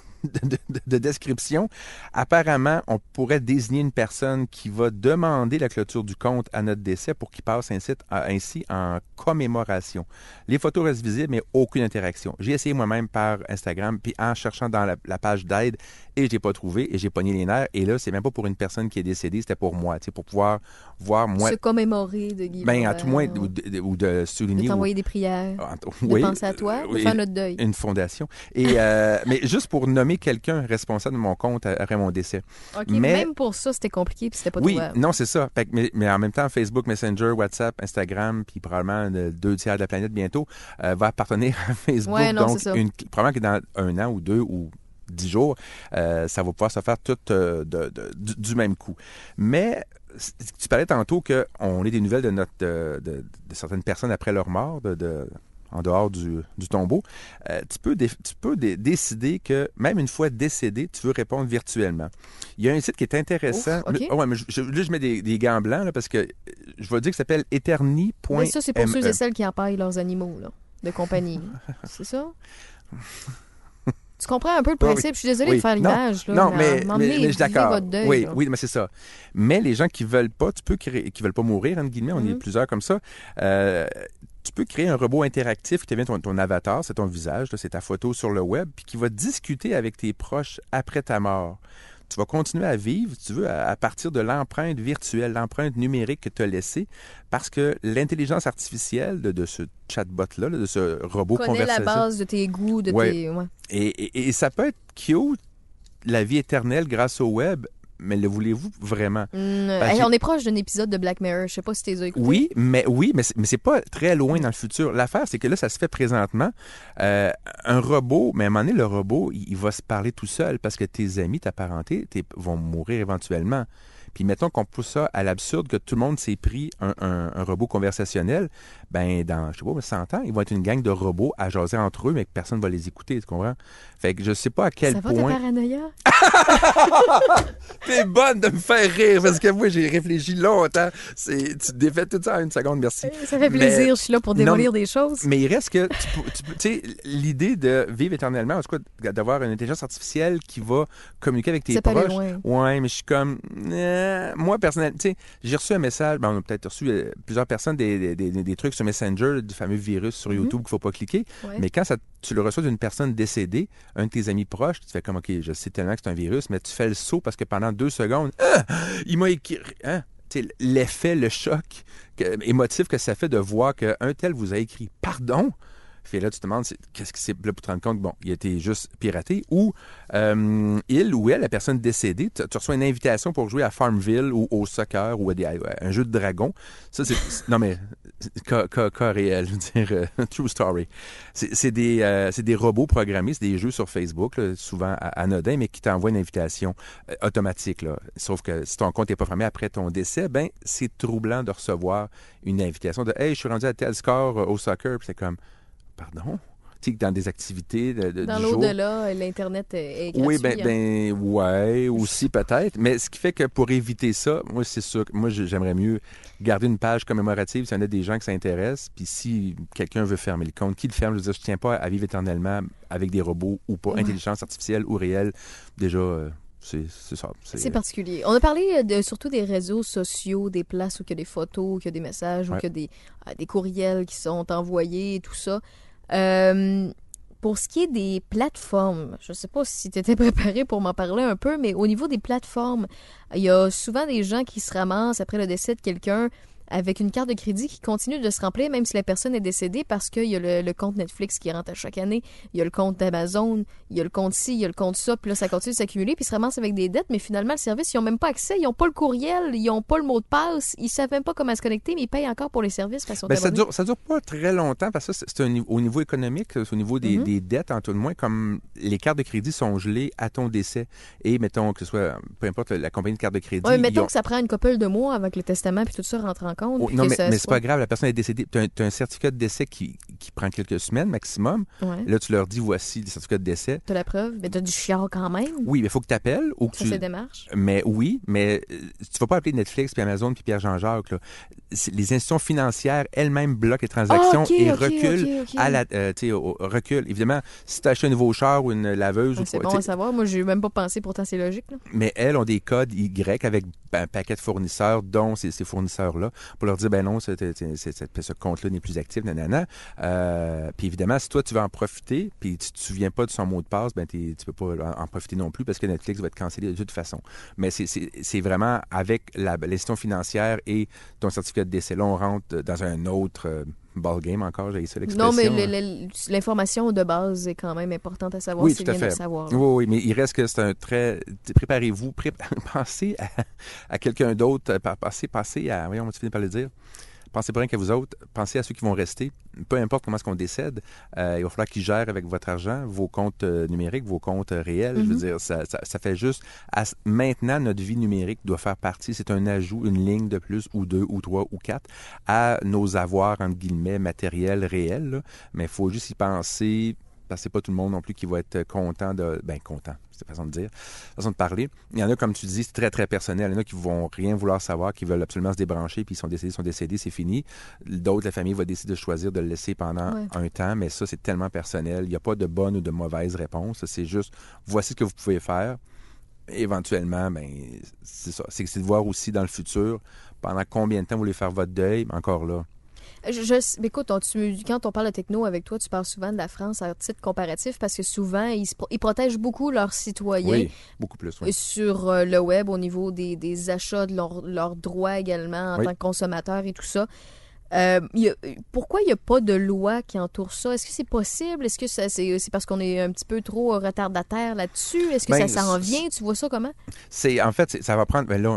E: description. Apparemment, on pourrait désigner une personne qui va demander la clôture du compte à notre décès pour qu'il passe ainsi en commémoration. Les photos restent visibles, mais aucune interaction. J'ai essayé moi-même par Instagram, puis en cherchant dans la page d'aide, et je l'ai pas trouvé, et j'ai pogné les nerfs. Et là, c'est même pas pour une personne qui est décédée, c'était pour moi, pour pouvoir voir moi.
D: Se commémorer de Guy.
E: À tout moins, ou de souligner.
D: De t'envoyer des prières.
E: Oui,
D: de penser à toi, de faire notre deuil.
E: Une fondation. Et, mais juste pour nommer quelqu'un responsable de mon compte après mon décès.
D: OK, mais même pour ça, c'était compliqué puis c'était pas trouvable.
E: Oui, non, c'est ça. Mais en même temps, Facebook, Messenger, WhatsApp, Instagram, puis probablement 2 tiers de la planète bientôt va appartenir à Facebook.
D: Ouais, non,
E: donc,
D: c'est ça.
E: Probablement que dans 1 an ou 2 ou 10 jours, ça va pouvoir se faire tout du même coup. Mais tu parlais tantôt qu'on ait des nouvelles de certaines personnes après leur mort, en dehors du tombeau. Tu peux décider que, même une fois décédé, tu veux répondre virtuellement. Il y a un site qui est intéressant.
D: Ouf, OK.
E: Mais je mets des gants blancs là, parce que je vais dire que ça s'appelle eterni.me.
D: Mais ça, c'est pour ceux et celles qui empaillent leurs animaux là, de compagnie. C'est ça? Tu comprends un peu le principe? Je suis désolée de faire l'image.
E: Non, mais je suis d'accord.
D: Votre deuil,
E: oui, mais c'est ça. Mais les gens qui veulent pas, qui veulent pas mourir, entre guillemets, on est plusieurs comme ça, tu peux créer un robot interactif qui devient ton avatar, c'est ton visage, là, c'est ta photo sur le web, puis qui va discuter avec tes proches après ta mort. Tu vas continuer à vivre, si tu veux, à partir de l'empreinte virtuelle, l'empreinte numérique que tu as laissée, parce que l'intelligence artificielle de ce chatbot-là, de ce robot conversationnel...
D: connaît la base de tes goûts, de tes... Ouais.
E: Et ça peut être cute, la vie éternelle grâce au web, mais le voulez-vous vraiment?
D: On est proche d'un épisode de Black Mirror. Je sais pas si t'es écouté.
E: Oui, mais c'est pas très loin dans le futur. L'affaire, c'est que là, ça se fait présentement. Un robot, mais à un moment donné, le robot, il va se parler tout seul parce que tes amis, ta parenté, vont mourir éventuellement. Puis mettons qu'on pousse ça à l'absurde, que tout le monde s'est pris un robot conversationnel, dans, je sais pas, 100 ans, ils vont être une gang de robots à jaser entre eux, mais que personne ne va les écouter, tu comprends? Fait que je sais pas à quel point...
D: Ça va ta paranoïa?
E: T'es bonne de me faire rire, parce que moi, j'ai réfléchi longtemps. Tu défais tout ça en 1 seconde, merci.
D: Ça fait plaisir, je suis là pour démolir des choses.
E: Mais il reste que, tu sais, l'idée de vivre éternellement, en tout cas, d'avoir une intelligence artificielle qui va communiquer avec tes proches. Ouais, mais je suis comme... moi, personnellement, tu sais, j'ai reçu un message, on a peut-être reçu plusieurs personnes des trucs sur Messenger, du fameux virus sur YouTube qu'il ne faut pas cliquer. Ouais. Mais quand tu le reçois d'une personne décédée, un de tes amis proches, tu fais comme, OK, je sais tellement que c'est un virus, mais tu fais le saut parce que pendant 2 secondes, il m'a écrit... l'effet, le choc émotif que ça fait de voir qu'un tel vous a écrit « Pardon ». Puis là, tu te demandes, qu'est-ce qui c'est là pour te rendre compte, il a été juste piraté, ou il ou elle, la personne décédée, tu reçois une invitation pour jouer à Farmville ou au soccer ou à un jeu de dragon. Ça, c'est... non, mais cas réel, je veux dire, true story. C'est des robots programmés, c'est des jeux sur Facebook, là, souvent anodins, mais qui t'envoient une invitation automatique. Là. Sauf que si ton compte n'est pas fermé après ton décès, c'est troublant de recevoir une invitation de « Hey, je suis rendu à tel score au soccer », puis c'est comme... Pardon? Tu sais, dans des activités
D: dans
E: du jour.
D: Dans l'au-delà, l'Internet est gratuit.
E: Oui, ouais, aussi peut-être. Mais ce qui fait que pour éviter ça, moi, c'est sûr que moi, j'aimerais mieux garder une page commémorative s'il y en a des gens qui s'intéressent. Puis si quelqu'un veut fermer le compte, qui le ferme? Je veux dire, je tiens pas à vivre éternellement avec des robots ou pas, intelligence artificielle ou réelle. Déjà... C'est ça.
D: C'est particulier. On a parlé surtout des réseaux sociaux, des places où il y a des photos, où il y a des messages, où il y a des courriels qui sont envoyés et tout ça. Pour ce qui est des plateformes, je ne sais pas si tu étais préparé pour m'en parler un peu, mais au niveau des plateformes, il y a souvent des gens qui se ramassent après le décès de quelqu'un avec une carte de crédit qui continue de se remplir même si la personne est décédée parce qu'il y a le compte Netflix qui rentre à chaque année, il y a le compte d'Amazon, il y a le compte ci, il y a le compte ça, puis là, ça continue de s'accumuler, puis ils se ramassent avec des dettes, mais finalement, le service, ils n'ont même pas accès, ils n'ont pas le courriel, ils n'ont pas le mot de passe, ils ne savent même pas comment se connecter, mais ils payent encore pour les services parce qu'ils sont abonnés.
E: Ça dure pas très longtemps parce que ça, c'est au niveau économique, c'est au niveau des dettes, en tout de moins, comme les cartes de crédit sont gelées à ton décès. Et mettons que ce soit, peu importe la compagnie de carte de crédit.
D: Oui, mettons que ça prend une couple de mois avec le testament puis tout ça rentre en compte.
E: Oh, non, mais c'est pas grave, la personne est décédée. Tu as un certificat de décès qui prend quelques semaines maximum.
D: Ouais.
E: Là, tu leur dis voici le certificat de décès.
D: Tu as la preuve, mais tu as du chiard quand même.
E: Oui, mais il faut que tu appelles.
D: Ça, c'est démarche.
E: Mais oui, mais tu vas pas appeler Netflix, puis Amazon, puis Pierre Jean-Jacques. Là. Les institutions financières elles-mêmes bloquent les transactions et reculent à la recul. Évidemment, si tu as acheté un nouveau char ou une laveuse...
D: C'est bon à savoir. Moi, j'ai même pas pensé, pourtant c'est logique. Là.
E: Mais elles ont des codes Y avec un paquet de fournisseurs, dont ces fournisseurs-là, pour leur dire, ben non, ce compte-là n'est plus actif, nanana. Puis évidemment, si toi, tu veux en profiter, puis tu te souviens pas de son mot de passe, ben tu peux pas en profiter non plus parce que Netflix va être cancellé de toute façon. Mais c'est vraiment avec l'institution financière et ton certificat de décès. Là, on rentre dans un autre ballgame encore, j'ai ça l'expression.
D: Non, mais l'information de base est quand même importante à savoir.
E: Oui,
D: c'est
E: tout à
D: bien
E: fait.
D: de savoir.
E: Oui, mais il reste que c'est un très... Préparez-vous, pensez à quelqu'un d'autre, pensez à... Voyons, on va finir par le dire. Pensez pas rien qu'à vous autres, pensez à ceux qui vont rester. Peu importe comment est-ce qu'on décède, il va falloir qu'ils gèrent avec votre argent vos comptes numériques, vos comptes réels. Je veux dire, ça fait juste... Maintenant, notre vie numérique doit faire partie, c'est un ajout, une ligne de plus, ou 2, ou 3, ou 4, à nos avoirs, entre guillemets, matériels réels. Là. Mais il faut juste y penser... Parce que c'est pas tout le monde non plus qui va être content content, c'est la façon de dire, façon de parler. Il y en a, comme tu dis, c'est très, très personnel. Il y en a qui vont rien vouloir savoir, qui veulent absolument se débrancher, puis ils sont décédés, c'est fini. D'autres, la famille va décider de choisir de le laisser pendant un temps, mais ça, c'est tellement personnel. Il n'y a pas de bonne ou de mauvaise réponse. C'est juste, voici ce que vous pouvez faire. Éventuellement, c'est ça. C'est de voir aussi dans le futur, pendant combien de temps vous voulez faire votre deuil, encore là.
D: Écoute, quand on parle de techno avec toi, tu parles souvent de la France à titre comparatif parce que souvent, ils protègent beaucoup leurs citoyens.
E: Oui, beaucoup plus, oui.
D: Sur le web, au niveau des achats, de leurs droits également en tant que consommateurs et tout ça. Pourquoi il n'y a pas de loi qui entoure ça? Est-ce que c'est possible? Est-ce que c'est parce qu'on est un petit peu trop retardataire là-dessus? Est-ce que ça s'en vient? Tu vois ça comment?
E: En fait, ça va prendre... là,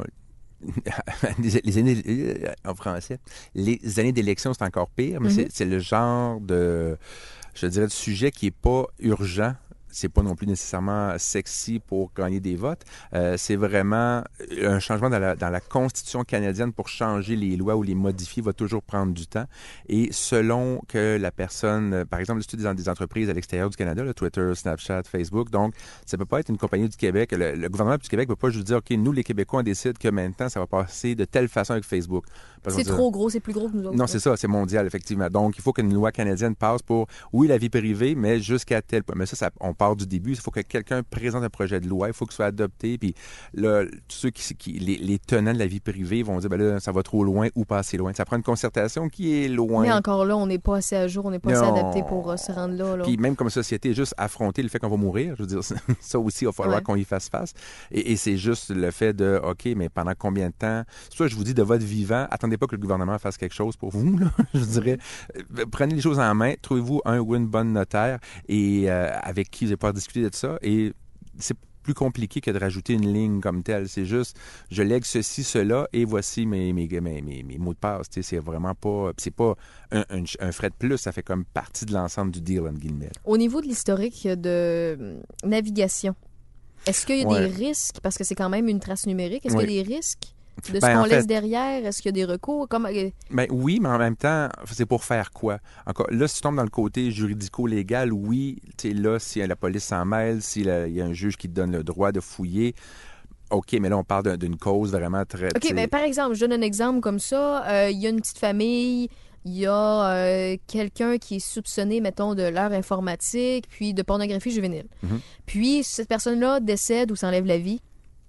E: les années en français, les années d'élection, c'est encore pire, mais c'est le genre de, je dirais, de sujet qui n'est pas urgent. C'est pas non plus nécessairement sexy pour gagner des votes. C'est vraiment un changement dans la Constitution canadienne pour changer les lois ou les modifier va toujours prendre du temps. Et selon que la personne, par exemple, c'est des entreprises à l'extérieur du Canada, là, Twitter, Snapchat, Facebook, donc ça peut pas être une compagnie du Québec. Le gouvernement du Québec ne peut pas juste dire, OK, nous, les Québécois, on décide que maintenant, ça va passer de telle façon avec Facebook.
D: C'est trop gros, c'est plus gros que nous autres.
E: Non, c'est ça, c'est mondial, effectivement. Donc, il faut qu'une loi canadienne passe pour, oui, la vie privée, mais jusqu'à tel point. Mais ça, on part du début. Il faut que quelqu'un présente un projet de loi, il faut qu'il soit adopté. Puis là, tous ceux les tenants de la vie privée vont dire, ben là, ça va trop loin ou pas assez loin. Ça prend une concertation qui est loin.
D: Mais encore là, on n'est pas assez à jour, on n'est pas assez adapté pour se rendre là.
E: Puis même comme société, juste affronter le fait qu'on va mourir, je veux dire, ça aussi, il va falloir qu'on y fasse face. Et c'est juste le fait de, OK, mais pendant combien de temps? C'est ça, je vous dis, de votre vivant, attendez pas que le gouvernement fasse quelque chose pour vous, là. Je dirais, prenez les choses en main, trouvez-vous un ou une bonne notaire et avec qui vous allez pouvoir discuter de ça. Et c'est plus compliqué que de rajouter une ligne comme telle. C'est juste, je lègue ceci, cela, et voici mes mots de passe. Tu sais, c'est vraiment pas... C'est pas un frais de plus, ça fait comme partie de l'ensemble du deal, en guillemets.
D: Au niveau de l'historique de navigation, est-ce qu'il y a des risques, parce que c'est quand même une trace numérique, est-ce qu'il y a des risques de ce qu'on laisse derrière? Est-ce qu'il y a des recours?
E: Oui, mais en même temps, c'est pour faire quoi? Encore, là, si tu tombes dans le côté juridico-légal, oui, là, si la police s'en mêle, s'il y a un juge qui te donne le droit de fouiller, OK, mais là, on parle d'une cause vraiment très...
D: OK, mais par exemple, je donne un exemple comme ça. Il y a une petite famille... Il y a quelqu'un qui est soupçonné, mettons, de l'heure informatique, puis de pornographie juvénile. Puis, cette personne-là décède ou s'enlève la vie.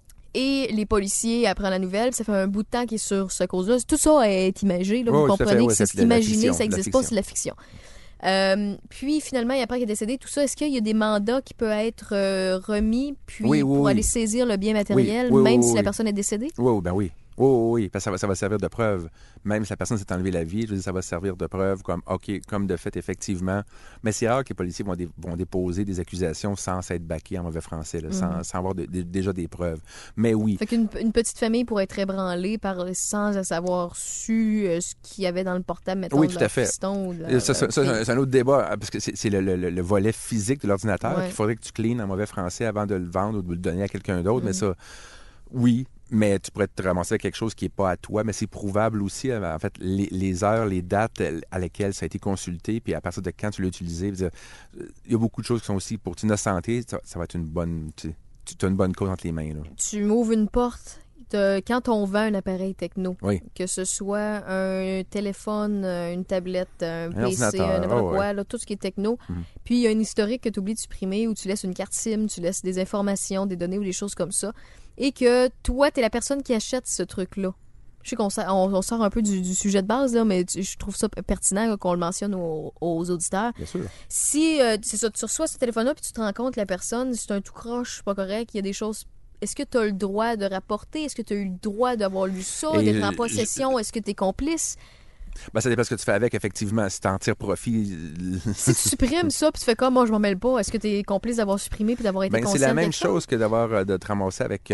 D: Et les policiers apprennent la nouvelle. Ça fait un bout de temps qu'il est sur ce cause-là. Tout ça est imagé. Là, vous comprenez que c'est imaginé, ça n'existe pas, c'est de la fiction. Puis finalement, après qu'il est décédé, tout ça, est-ce qu'il y a des mandats qui peuvent être remis puis
E: Oui,
D: pour
E: oui.
D: aller saisir le bien matériel,
E: Oui,
D: même
E: oui,
D: si la
E: oui.
D: personne est décédée?
E: Oui, ben oui. Oui, parce que ça va servir de preuve. Même si la personne s'est enlevée la vie, je veux dire, ça va servir de preuve comme, OK, comme de fait, effectivement. Mais c'est rare que les policiers vont déposer des accusations sans s'être baqués en mauvais français, là, sans avoir déjà des preuves. Mais oui.
D: Fait qu'une petite famille pourrait être ébranlée sans avoir su ce qu'il y avait dans le portable, mettons,
E: Oui,
D: de
E: tout
D: leur
E: à fait.
D: fiston. Ou de
E: Ça, c'est un autre débat, parce que c'est le volet physique de l'ordinateur
D: Ouais.
E: qu'il faudrait que tu cleanes en mauvais français avant de le vendre ou de le donner à quelqu'un d'autre. Mais ça, oui, mais tu pourrais te ramasser avec quelque chose qui n'est pas à toi, mais c'est prouvable aussi, en fait, les heures, les dates à lesquelles ça a été consulté, puis à partir de quand tu l'as utilisé. Il y a beaucoup de choses qui sont aussi, pour t'innocenter, ça va être une bonne... Tu as une bonne cause entre les mains. Là.
D: Tu m'ouvres une porte. Quand on vend un appareil techno,
E: Oui.
D: que ce soit un téléphone, une tablette, un PC,
E: ordinateur,
D: n'importe quoi,
E: ouais.
D: là, tout ce qui est techno, puis il y a une historique que tu oublies de supprimer ou tu laisses une carte SIM, tu laisses des informations, des données ou des choses comme ça, et que toi, tu es la personne qui achète ce truc-là. Je sais qu'on sort un peu du sujet de base, là, mais je trouve ça pertinent là, qu'on le mentionne aux auditeurs.
E: Bien sûr.
D: Si c'est ça, tu reçois ce téléphone-là puis tu te rends compte que la personne, c'est un tout croche, pas correct, il y a des choses. Est-ce que tu as le droit de rapporter? Est-ce que tu as eu le droit d'avoir lu ça, d'être en possession? Est-ce que tu es complice?
E: Ben, ça dépend ce que tu fais avec, effectivement. Si tu en tires profit...
D: Si tu supprimes ça, puis tu fais comme, moi, je m'en mêle pas, est-ce que tu es complice d'avoir supprimé puis d'avoir été conscient
E: c'est la
D: de
E: même
D: quelque
E: chose que de te ramasser avec,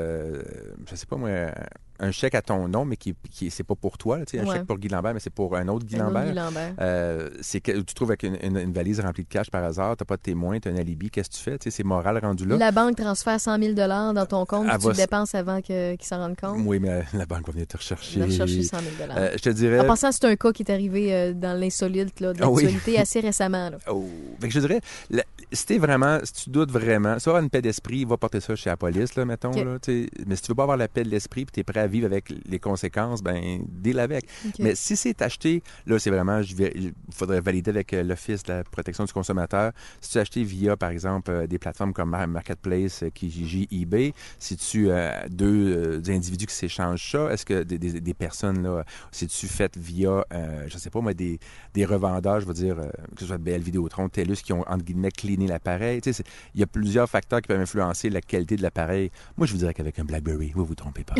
E: je sais pas moi, un chèque à ton nom, mais qui c'est pas pour toi. Là, un
D: Ouais.
E: chèque pour Guy Lambert, mais c'est pour un autre Guy
D: Un autre
E: Lambert.
D: Guy Lambert.
E: C'est que tu te trouves avec une valise remplie de cash par hasard, t'as pas de témoin, t'as un alibi, qu'est-ce que tu fais? C'est moral rendu là.
D: La banque transfère 100 000 dans ton compte,
E: Elle
D: puis tu
E: va
D: le dépenses avant qu'ils s'en rendent compte.
E: Oui, mais la banque va venir te rechercher.
D: De rechercher 100 000
E: Je te dirais...
D: En passant, c'est un cas qui est arrivé dans l'insolite là, de
E: Ah oui.
D: l'actualité assez récemment. Là.
E: Oh. Fait que je dirais, si tu doutes vraiment, si tu vas avoir une paix d'esprit, va porter ça chez la police, là, mettons.
D: Okay.
E: Là, mais si tu veux pas avoir la paix de l'esprit et tu es prêt à vivre avec les conséquences, ben deal avec.
D: Okay.
E: Mais si c'est acheté, là, c'est vraiment, il faudrait valider avec l'Office de la protection du consommateur. Si tu as acheté via, par exemple, des plateformes comme Marketplace, Kijiji, eBay, si tu as deux individus qui s'échangent ça, est-ce que des personnes, là, si tu fait via, je sais pas moi, des revendeurs, je veux dire, que ce soit BL Vidéotron, TELUS, qui ont, entre guillemets, cleané l'appareil. Il y a plusieurs facteurs qui peuvent influencer la qualité de l'appareil. Moi, je vous dirais qu'avec un BlackBerry, vous trompez pas.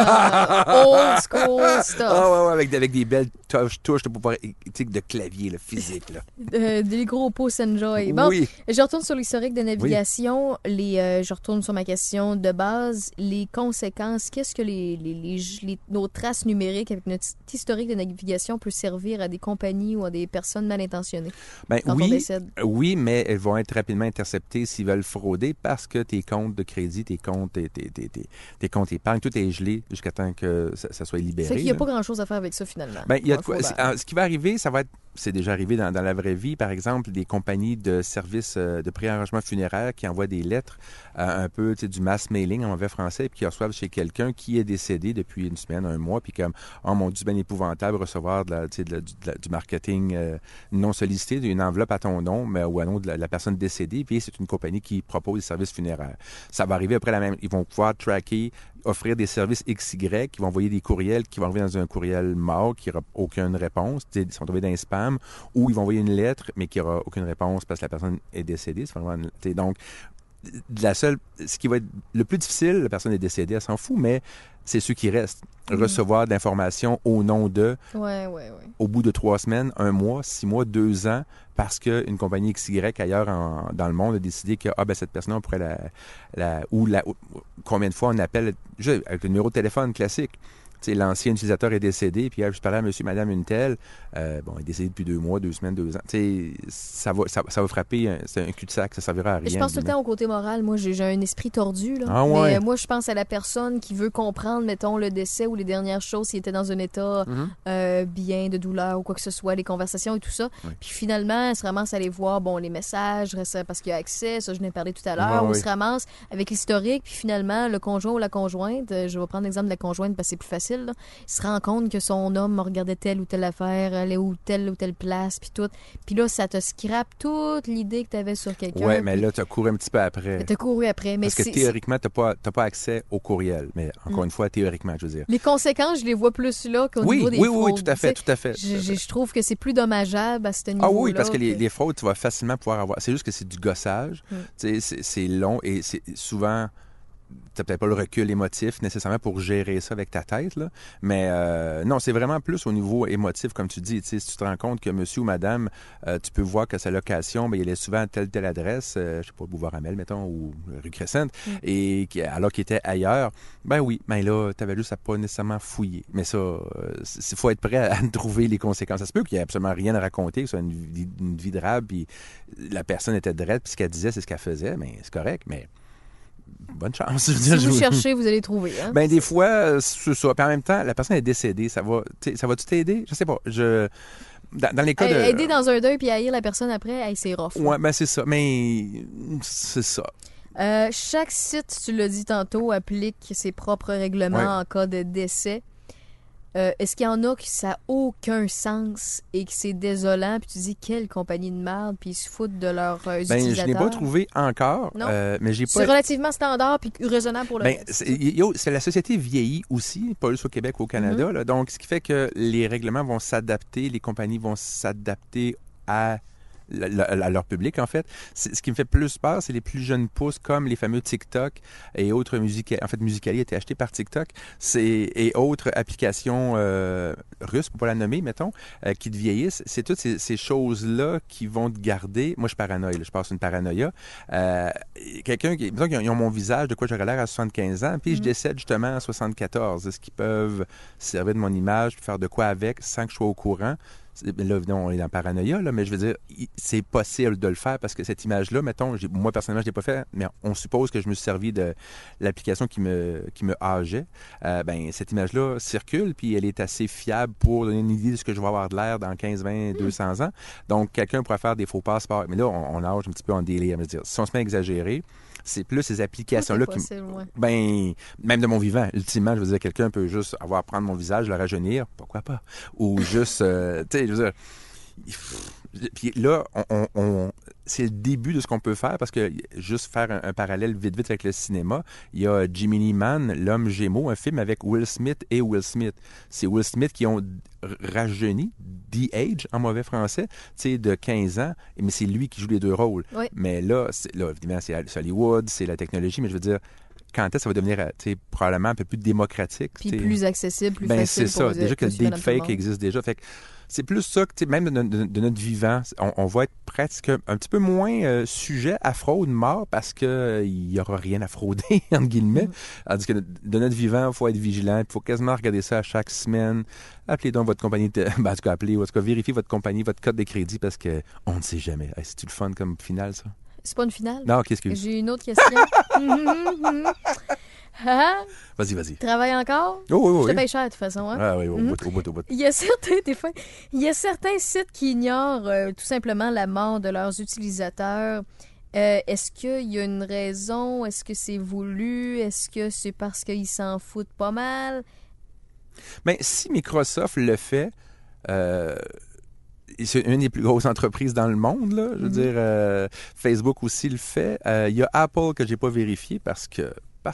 D: Old school stuff.
E: Ah ouais, avec des belles touches de pouvoir, de clavier là, physique. Là.
D: Des gros pouces enjoy. Bon,
E: Oui.
D: je retourne sur l'historique de navigation. Je retourne sur ma question de base. Les conséquences, qu'est-ce que nos traces numériques avec notre historique de navigation peut servir à des compagnies ou à des personnes mal intentionnées?
E: Ben,
D: quand on décède?
E: Oui, mais elles vont être rapidement interceptées s'ils veulent frauder parce que tes comptes de crédit, tes comptes épargne, tout est gelé jusqu'à temps que ça soit libéré.
D: Fait qu'il n'y a pas grand-chose à faire avec ça, finalement.
E: Ben, il y a de quoi. Ce qui va arriver, ça va être... C'est déjà arrivé dans la vraie vie, par exemple, des compagnies de services de préarrangement funéraire qui envoient des lettres, un peu du mass mailing en mauvais français, puis qui reçoivent chez quelqu'un qui est décédé depuis une semaine, un mois, puis comme, oh mon Dieu, c'est bien épouvantable recevoir du marketing non sollicité, une enveloppe à ton nom, mais ou à nom de la personne décédée, puis c'est une compagnie qui propose des services funéraires. Ça va arriver après la même... Ils vont pouvoir tracker, offrir des services XY, qui vont envoyer des courriels qui vont arriver dans un courriel mort, qui n'aura aucune réponse, ils sont tombés dans un spam, ou ils vont envoyer une lettre, mais qui n'aura aucune réponse parce que la personne est décédée. C'est vraiment donc, ce qui va être le plus difficile, la personne est décédée, elle s'en fout, mais c'est ceux qui restent. Recevoir de l'information au nom de, au bout de 3 semaines, 1 mois, 6 mois, 2 ans, parce qu'une compagnie XY ailleurs dans le monde a décidé que cette personne, on pourrait combien de fois on appelle, avec le numéro de téléphone classique. L'ancien utilisateur est décédé, puis je parlais à monsieur, madame, une telle, il est décédé depuis 2 mois, 2 semaines, 2 ans. Ça va frapper, c'est un cul-de-sac, ça ne servira à rien.
D: Je pense tout le temps au côté moral. Moi, j'ai un esprit tordu. Là.
E: Ouais.
D: Mais moi, je pense à la personne qui veut comprendre, mettons, le décès ou les dernières choses, s'il était dans un état bien de douleur ou quoi que ce soit, les conversations et tout ça.
E: Oui.
D: Puis finalement, elle se ramasse à aller voir les messages, parce qu'il y a accès, ça, je n'ai parlé tout à l'heure, ou se ramasse avec l'historique, puis finalement, le conjoint ou la conjointe, je vais prendre l'exemple de la conjointe parce que c'est plus facile, style, là, il se rend compte que son homme regardait telle ou telle affaire, allait ou telle place, puis tout. Puis là, ça te scrape toute l'idée que tu avais sur quelqu'un.
E: Ouais, mais là, tu as couru un petit peu après.
D: Tu as couru après. Mais
E: Parce que théoriquement, tu n'as pas accès au courriel. Mais encore une fois, théoriquement, je veux dire.
D: Les conséquences, je les vois plus là qu'au niveau des fraudes.
E: Oui, tout à fait, tout à fait.
D: Je trouve que c'est plus dommageable à ce niveau-là.
E: Ah oui, parce que les fraudes, tu vas facilement pouvoir avoir. C'est juste que c'est du gossage. C'est long et c'est souvent. Tu n'as peut-être pas le recul émotif nécessairement pour gérer ça avec ta tête, là. Mais non, c'est vraiment plus au niveau émotif, comme tu dis. Si tu te rends compte que monsieur ou madame, tu peux voir que sa location, il est souvent à telle adresse, je sais pas, Boulevard Amel, mettons, ou rue Crescent, et alors qu'il était ailleurs, ben oui, ben là, tu avais juste à pas nécessairement fouiller. Mais ça, il faut être prêt à trouver les conséquences. Ça se peut qu'il n'y ait absolument rien à raconter, que ce soit une vie drabe, puis la personne était drette, puis ce qu'elle disait, c'est ce qu'elle faisait, mais c'est correct, mais... Bonne chance.
D: Si vous cherchez, vous allez trouver. Hein?
E: Ben, des fois, c'est ça. Puis en même temps, la personne est décédée. Ça va-tu t'aider? Je sais pas. Dans les cas de...
D: Aider dans un deuil puis haïr la personne après, c'est rough.
E: Ouais, ben c'est ça. Mais c'est ça.
D: Chaque site, tu l'as dit tantôt, applique ses propres règlements en cas de décès. Est-ce qu'il y en a qui ça n'a aucun sens et que c'est désolant, puis tu dis quelle compagnie de merde, puis ils se foutent de leurs utilisateurs?
E: Je n'ai pas trouvé encore, mais j'ai pas...
D: C'est relativement standard puis raisonnable pour le reste.
E: C'est la société vieillit aussi, pas juste au Québec ou au Canada, là, donc ce qui fait que les règlements vont s'adapter, les compagnies vont s'adapter à leur public, en fait. Ce qui me fait plus peur, c'est les plus jeunes pousses, comme les fameux TikTok et autres Musical.ly. En fait, Musical.ly a été acheté par TikTok. Et autres applications russes, pour pas la nommer, mettons, qui te vieillissent. C'est toutes ces choses-là qui vont te garder. Moi, je paranoïe. Je passe une paranoïa. Quelqu'un qui... Mettons qu'ils ont mon visage, de quoi j'aurais l'air à 75 ans, puis je décède justement à 74. Est-ce qu'ils peuvent servir de mon image, puis faire de quoi avec, sans que je sois au courant? Là, on est dans paranoïa, là, mais je veux dire, c'est possible de le faire parce que cette image-là, mettons, moi, personnellement, je ne l'ai pas fait, mais on suppose que je me suis servi de l'application qui me âgeait. Cette image-là circule, puis elle est assez fiable pour donner une idée de ce que je vais avoir de l'air dans 15, 20, 200 ans. Donc, quelqu'un pourrait faire des faux passeports. Mais là, on âge un petit peu en délire. Je veux dire, si on se met à exagérer, c'est plus ces applications-là qui... même de mon vivant, ultimement, je veux dire, quelqu'un peut juste prendre mon visage, le rajeunir, pourquoi pas? Ou juste, tu sais, je veux dire... Puis là, c'est le début de ce qu'on peut faire parce que, juste faire un parallèle vite avec le cinéma, il y a Gemini Man, l'homme Gémeaux, un film avec Will Smith et Will Smith. C'est Will Smith qui ont rajeuni, de-age en mauvais français, tu sais, de 15 ans, mais c'est lui qui joue les deux rôles. Oui. Mais là, évidemment, c'est Hollywood, c'est la technologie, mais je veux dire, quand est-ce que ça va devenir probablement un peu plus démocratique?
D: Puis plus accessible, plus facile.
E: C'est ça. Déjà que le deepfake existe déjà. Fait que c'est plus ça que, même de notre vivant, on va être presque un petit peu moins sujet à fraude, mort, parce qu'il n'y aura rien à frauder, entre guillemets. Tandis que de notre vivant, il faut être vigilant. Il faut quasiment regarder ça à chaque semaine. Appelez donc votre compagnie, en tout cas, appelez, ou en tout cas, vérifiez votre compagnie, votre code de crédit, parce qu'on ne sait jamais. C'est-tu le fun comme finale, ça?
D: C'est pas une finale?
E: Non, qu'est-ce que...
D: J'ai une autre question.
E: Vas-y.
D: Travaille encore?
E: Oui.
D: Je te paye cher, de toute façon. Hein?
E: Ah oui, au bout.
D: Il y a certains sites qui ignorent tout simplement la mort de leurs utilisateurs. Est-ce qu'il y a une raison? Est-ce que c'est voulu? Est-ce que c'est parce qu'ils s'en foutent pas mal?
E: Bien, si Microsoft le fait... c'est une des plus grosses entreprises dans le monde, là. Je veux dire, Facebook aussi le fait. Il y a Apple que j'ai pas vérifié parce que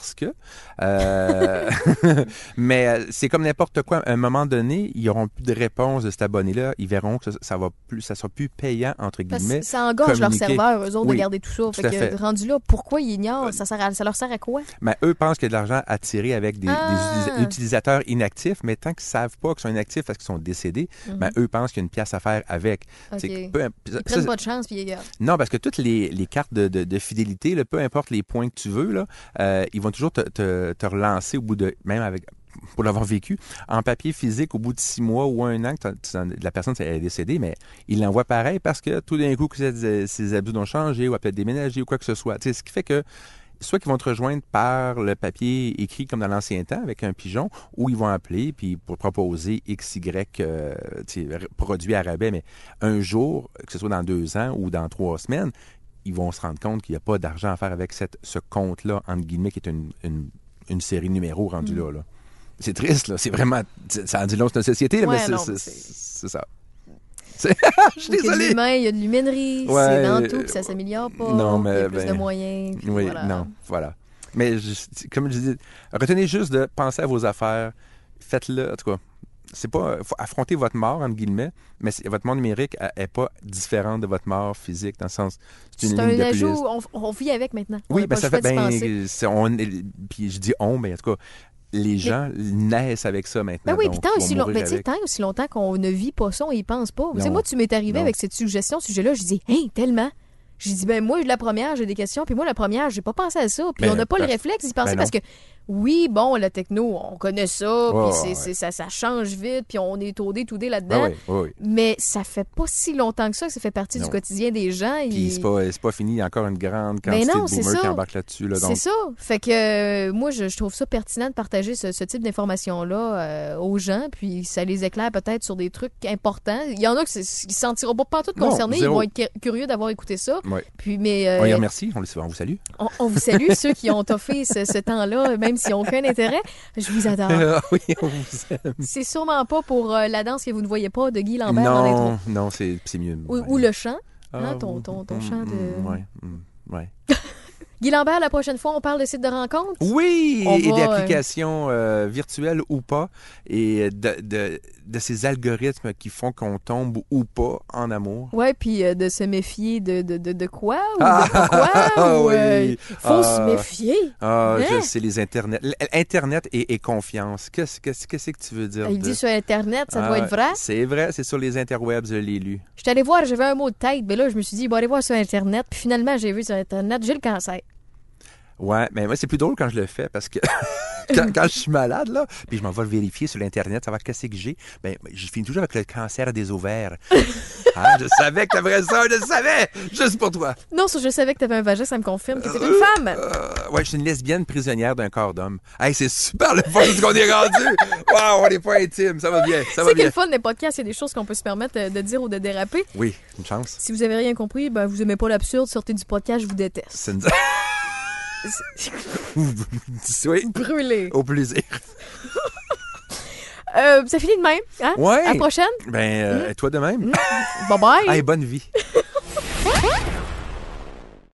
E: mais c'est comme n'importe quoi. À un moment donné, ils n'auront plus de réponse de cet abonné-là. Ils verront que ça sera plus payant, entre guillemets.
D: Parce que ça engorge leurs serveurs, eux autres, de garder tout ça. Fait que, rendu là, pourquoi ils ignorent? Ça leur sert à quoi?
E: Ben, eux pensent qu'il y a de l'argent à tirer avec des utilisateurs inactifs, mais tant qu'ils ne savent pas qu'ils sont inactifs parce qu'ils sont décédés, ben, eux pensent qu'il y a une pièce à faire avec.
D: Okay. Ils prennent pas de chance puis ils gardent.
E: Non, parce que toutes les cartes de fidélité, là, peu importe les points que tu veux, là, ils vont toujours te relancer au bout de... Même pour l'avoir vécu, en papier physique, au bout de 6 mois ou 1 an, la personne est décédée, mais il l'envoie pareil parce que tout d'un coup, ses habitudes ont changé ou a peut-être déménagé ou quoi que ce soit. T'sais, ce qui fait que soit qu'ils vont te rejoindre par le papier écrit comme dans l'ancien temps avec un pigeon, ou ils vont appeler puis pour proposer XY produit à rabais, mais un jour, que ce soit dans 2 ans ou dans 3 semaines, ils vont se rendre compte qu'il n'y a pas d'argent à faire avec ce compte-là, entre guillemets, qui est une série numéro rendue là. c'est triste, là. C'est vraiment... Ça en dit long sur notre société, là,
D: Ouais,
E: mais
D: non,
E: c'est ça. Je suis
D: Il y a de
E: désolé.
D: l'humain, il y a de l'humainerie,
E: Ouais,
D: c'est dans tout, puis ça s'améliore pas.
E: non,
D: Il y
E: mais,
D: a plus de moyens. Puis
E: Oui,
D: voilà.
E: non, voilà. Mais comme je dis, retenez juste de penser à vos affaires. Faites-le, en tout cas. C'est pas... faut affronter votre mort, entre guillemets, mais votre mort numérique n'est pas différente de votre mort physique, dans le sens...
D: C'est
E: une
D: un
E: ligne de
D: ajout,
E: plus.
D: on vit avec maintenant. On
E: Oui,
D: n'a pas
E: ben
D: le
E: ça fait...
D: choix d'y penser.
E: Puis je dis on, mais en tout cas, les gens naissent avec ça maintenant.
D: Ben oui,
E: donc
D: puis tant
E: ils vont
D: aussi,
E: mourir avec.
D: tant aussi longtemps qu'on ne vit pas ça, on y pense pas. Tu sais,
E: Non.
D: moi, tu m'es arrivé
E: Non.
D: avec cette suggestion, ce sujet-là, je dis, hey, tellement. J'ai dit, ben moi, la première, j'ai des questions, puis moi, la première, j'ai pas pensé à ça. Puis
E: Ben,
D: on n'a pas le
E: parce-
D: réflexe d'y penser
E: ben
D: parce que, oui, bon, la techno, on connaît ça,
E: Ouais,
D: puis
E: ouais.
D: ça change vite, puis on est tout dé là-dedans.
E: Ben oui, oui, oui.
D: Mais ça fait pas si longtemps que ça fait partie du
E: Non.
D: quotidien des gens.
E: Puis c'est pas fini, il y a encore une grande
D: Ben
E: quantité
D: non,
E: de
D: c'est
E: boomers qui
D: ça.
E: embarquent là-dessus. Là,
D: C'est
E: donc,
D: ça. Fait que moi, je trouve ça pertinent de partager ce type d'informations-là aux gens, puis ça les éclaire peut-être sur des trucs importants. Il y en a qui ne se sentiront pas tout
E: Non,
D: concernés,
E: zéro.
D: ils vont être curieux d'avoir écouté ça.
E: Ouais.
D: Puis, mais
E: on les remercie, on vous salue.
D: on vous salue, ceux qui ont toffé ce temps-là, même s'ils n'ont aucun intérêt. Je vous adore.
E: Oui, on vous aime.
D: C'est sûrement pas pour la danse que vous ne voyez pas de Guy Lambert dans l'intro.
E: Non, c'est mieux.
D: Ou le chant. Hein,
E: Ah,
D: ton chant de...
E: Ouais, ouais.
D: Guy Lambert, la prochaine fois, on parle de sites de rencontres.
E: Oui,
D: On
E: et
D: va,
E: d'applications virtuelles ou pas, et de ces algorithmes qui font qu'on tombe ou pas en amour.
D: Ouais, puis de se méfier de quoi ou de pas quoi. Ou,
E: oui.
D: faut se méfier.
E: Ah,
D: Hein?
E: je sais, les Internet. Internet et confiance. Qu'est-ce que tu veux dire?
D: Il dit sur Internet, ça doit
E: Ah,
D: être vrai.
E: C'est vrai, c'est sur les interwebs, je l'ai lu.
D: Je suis allée voir, j'avais un mot de tête, mais là, je me suis dit, bon, aller voir sur Internet. Puis finalement, j'ai vu sur Internet, j'ai le cancer.
E: Ouais, mais moi, c'est plus drôle quand je le fais parce que quand je suis malade, là, puis je m'en vais le vérifier sur l'Internet, savoir qu'est-ce que j'ai, ben, je finis toujours avec le cancer des ovaires. Hein, je savais que t'aimerais ça, je le savais! Juste pour toi.
D: Non, je savais que t'avais un vagin, ça me confirme que t'es une femme.
E: Ouais, je suis une lesbienne prisonnière d'un corps d'homme. Hey, c'est super le fun ce qu'on est rendu! Waouh, on n'est pas intime, ça va bien, ça va
D: C'est
E: bien.
D: quel fun, les podcasts, c'est des choses qu'on peut se permettre de dire ou de déraper.
E: Oui, une chance.
D: Si vous avez rien compris, ben, vous aimez pas l'absurde, sortez du podcast, je vous déteste.
E: C'est une... Oui,
D: Brûlé.
E: au plaisir.
D: Ça finit de même, hein?
E: Ouais.
D: À la prochaine.
E: Ben, toi de même.
D: Bye bye.
E: Hey, bonne vie.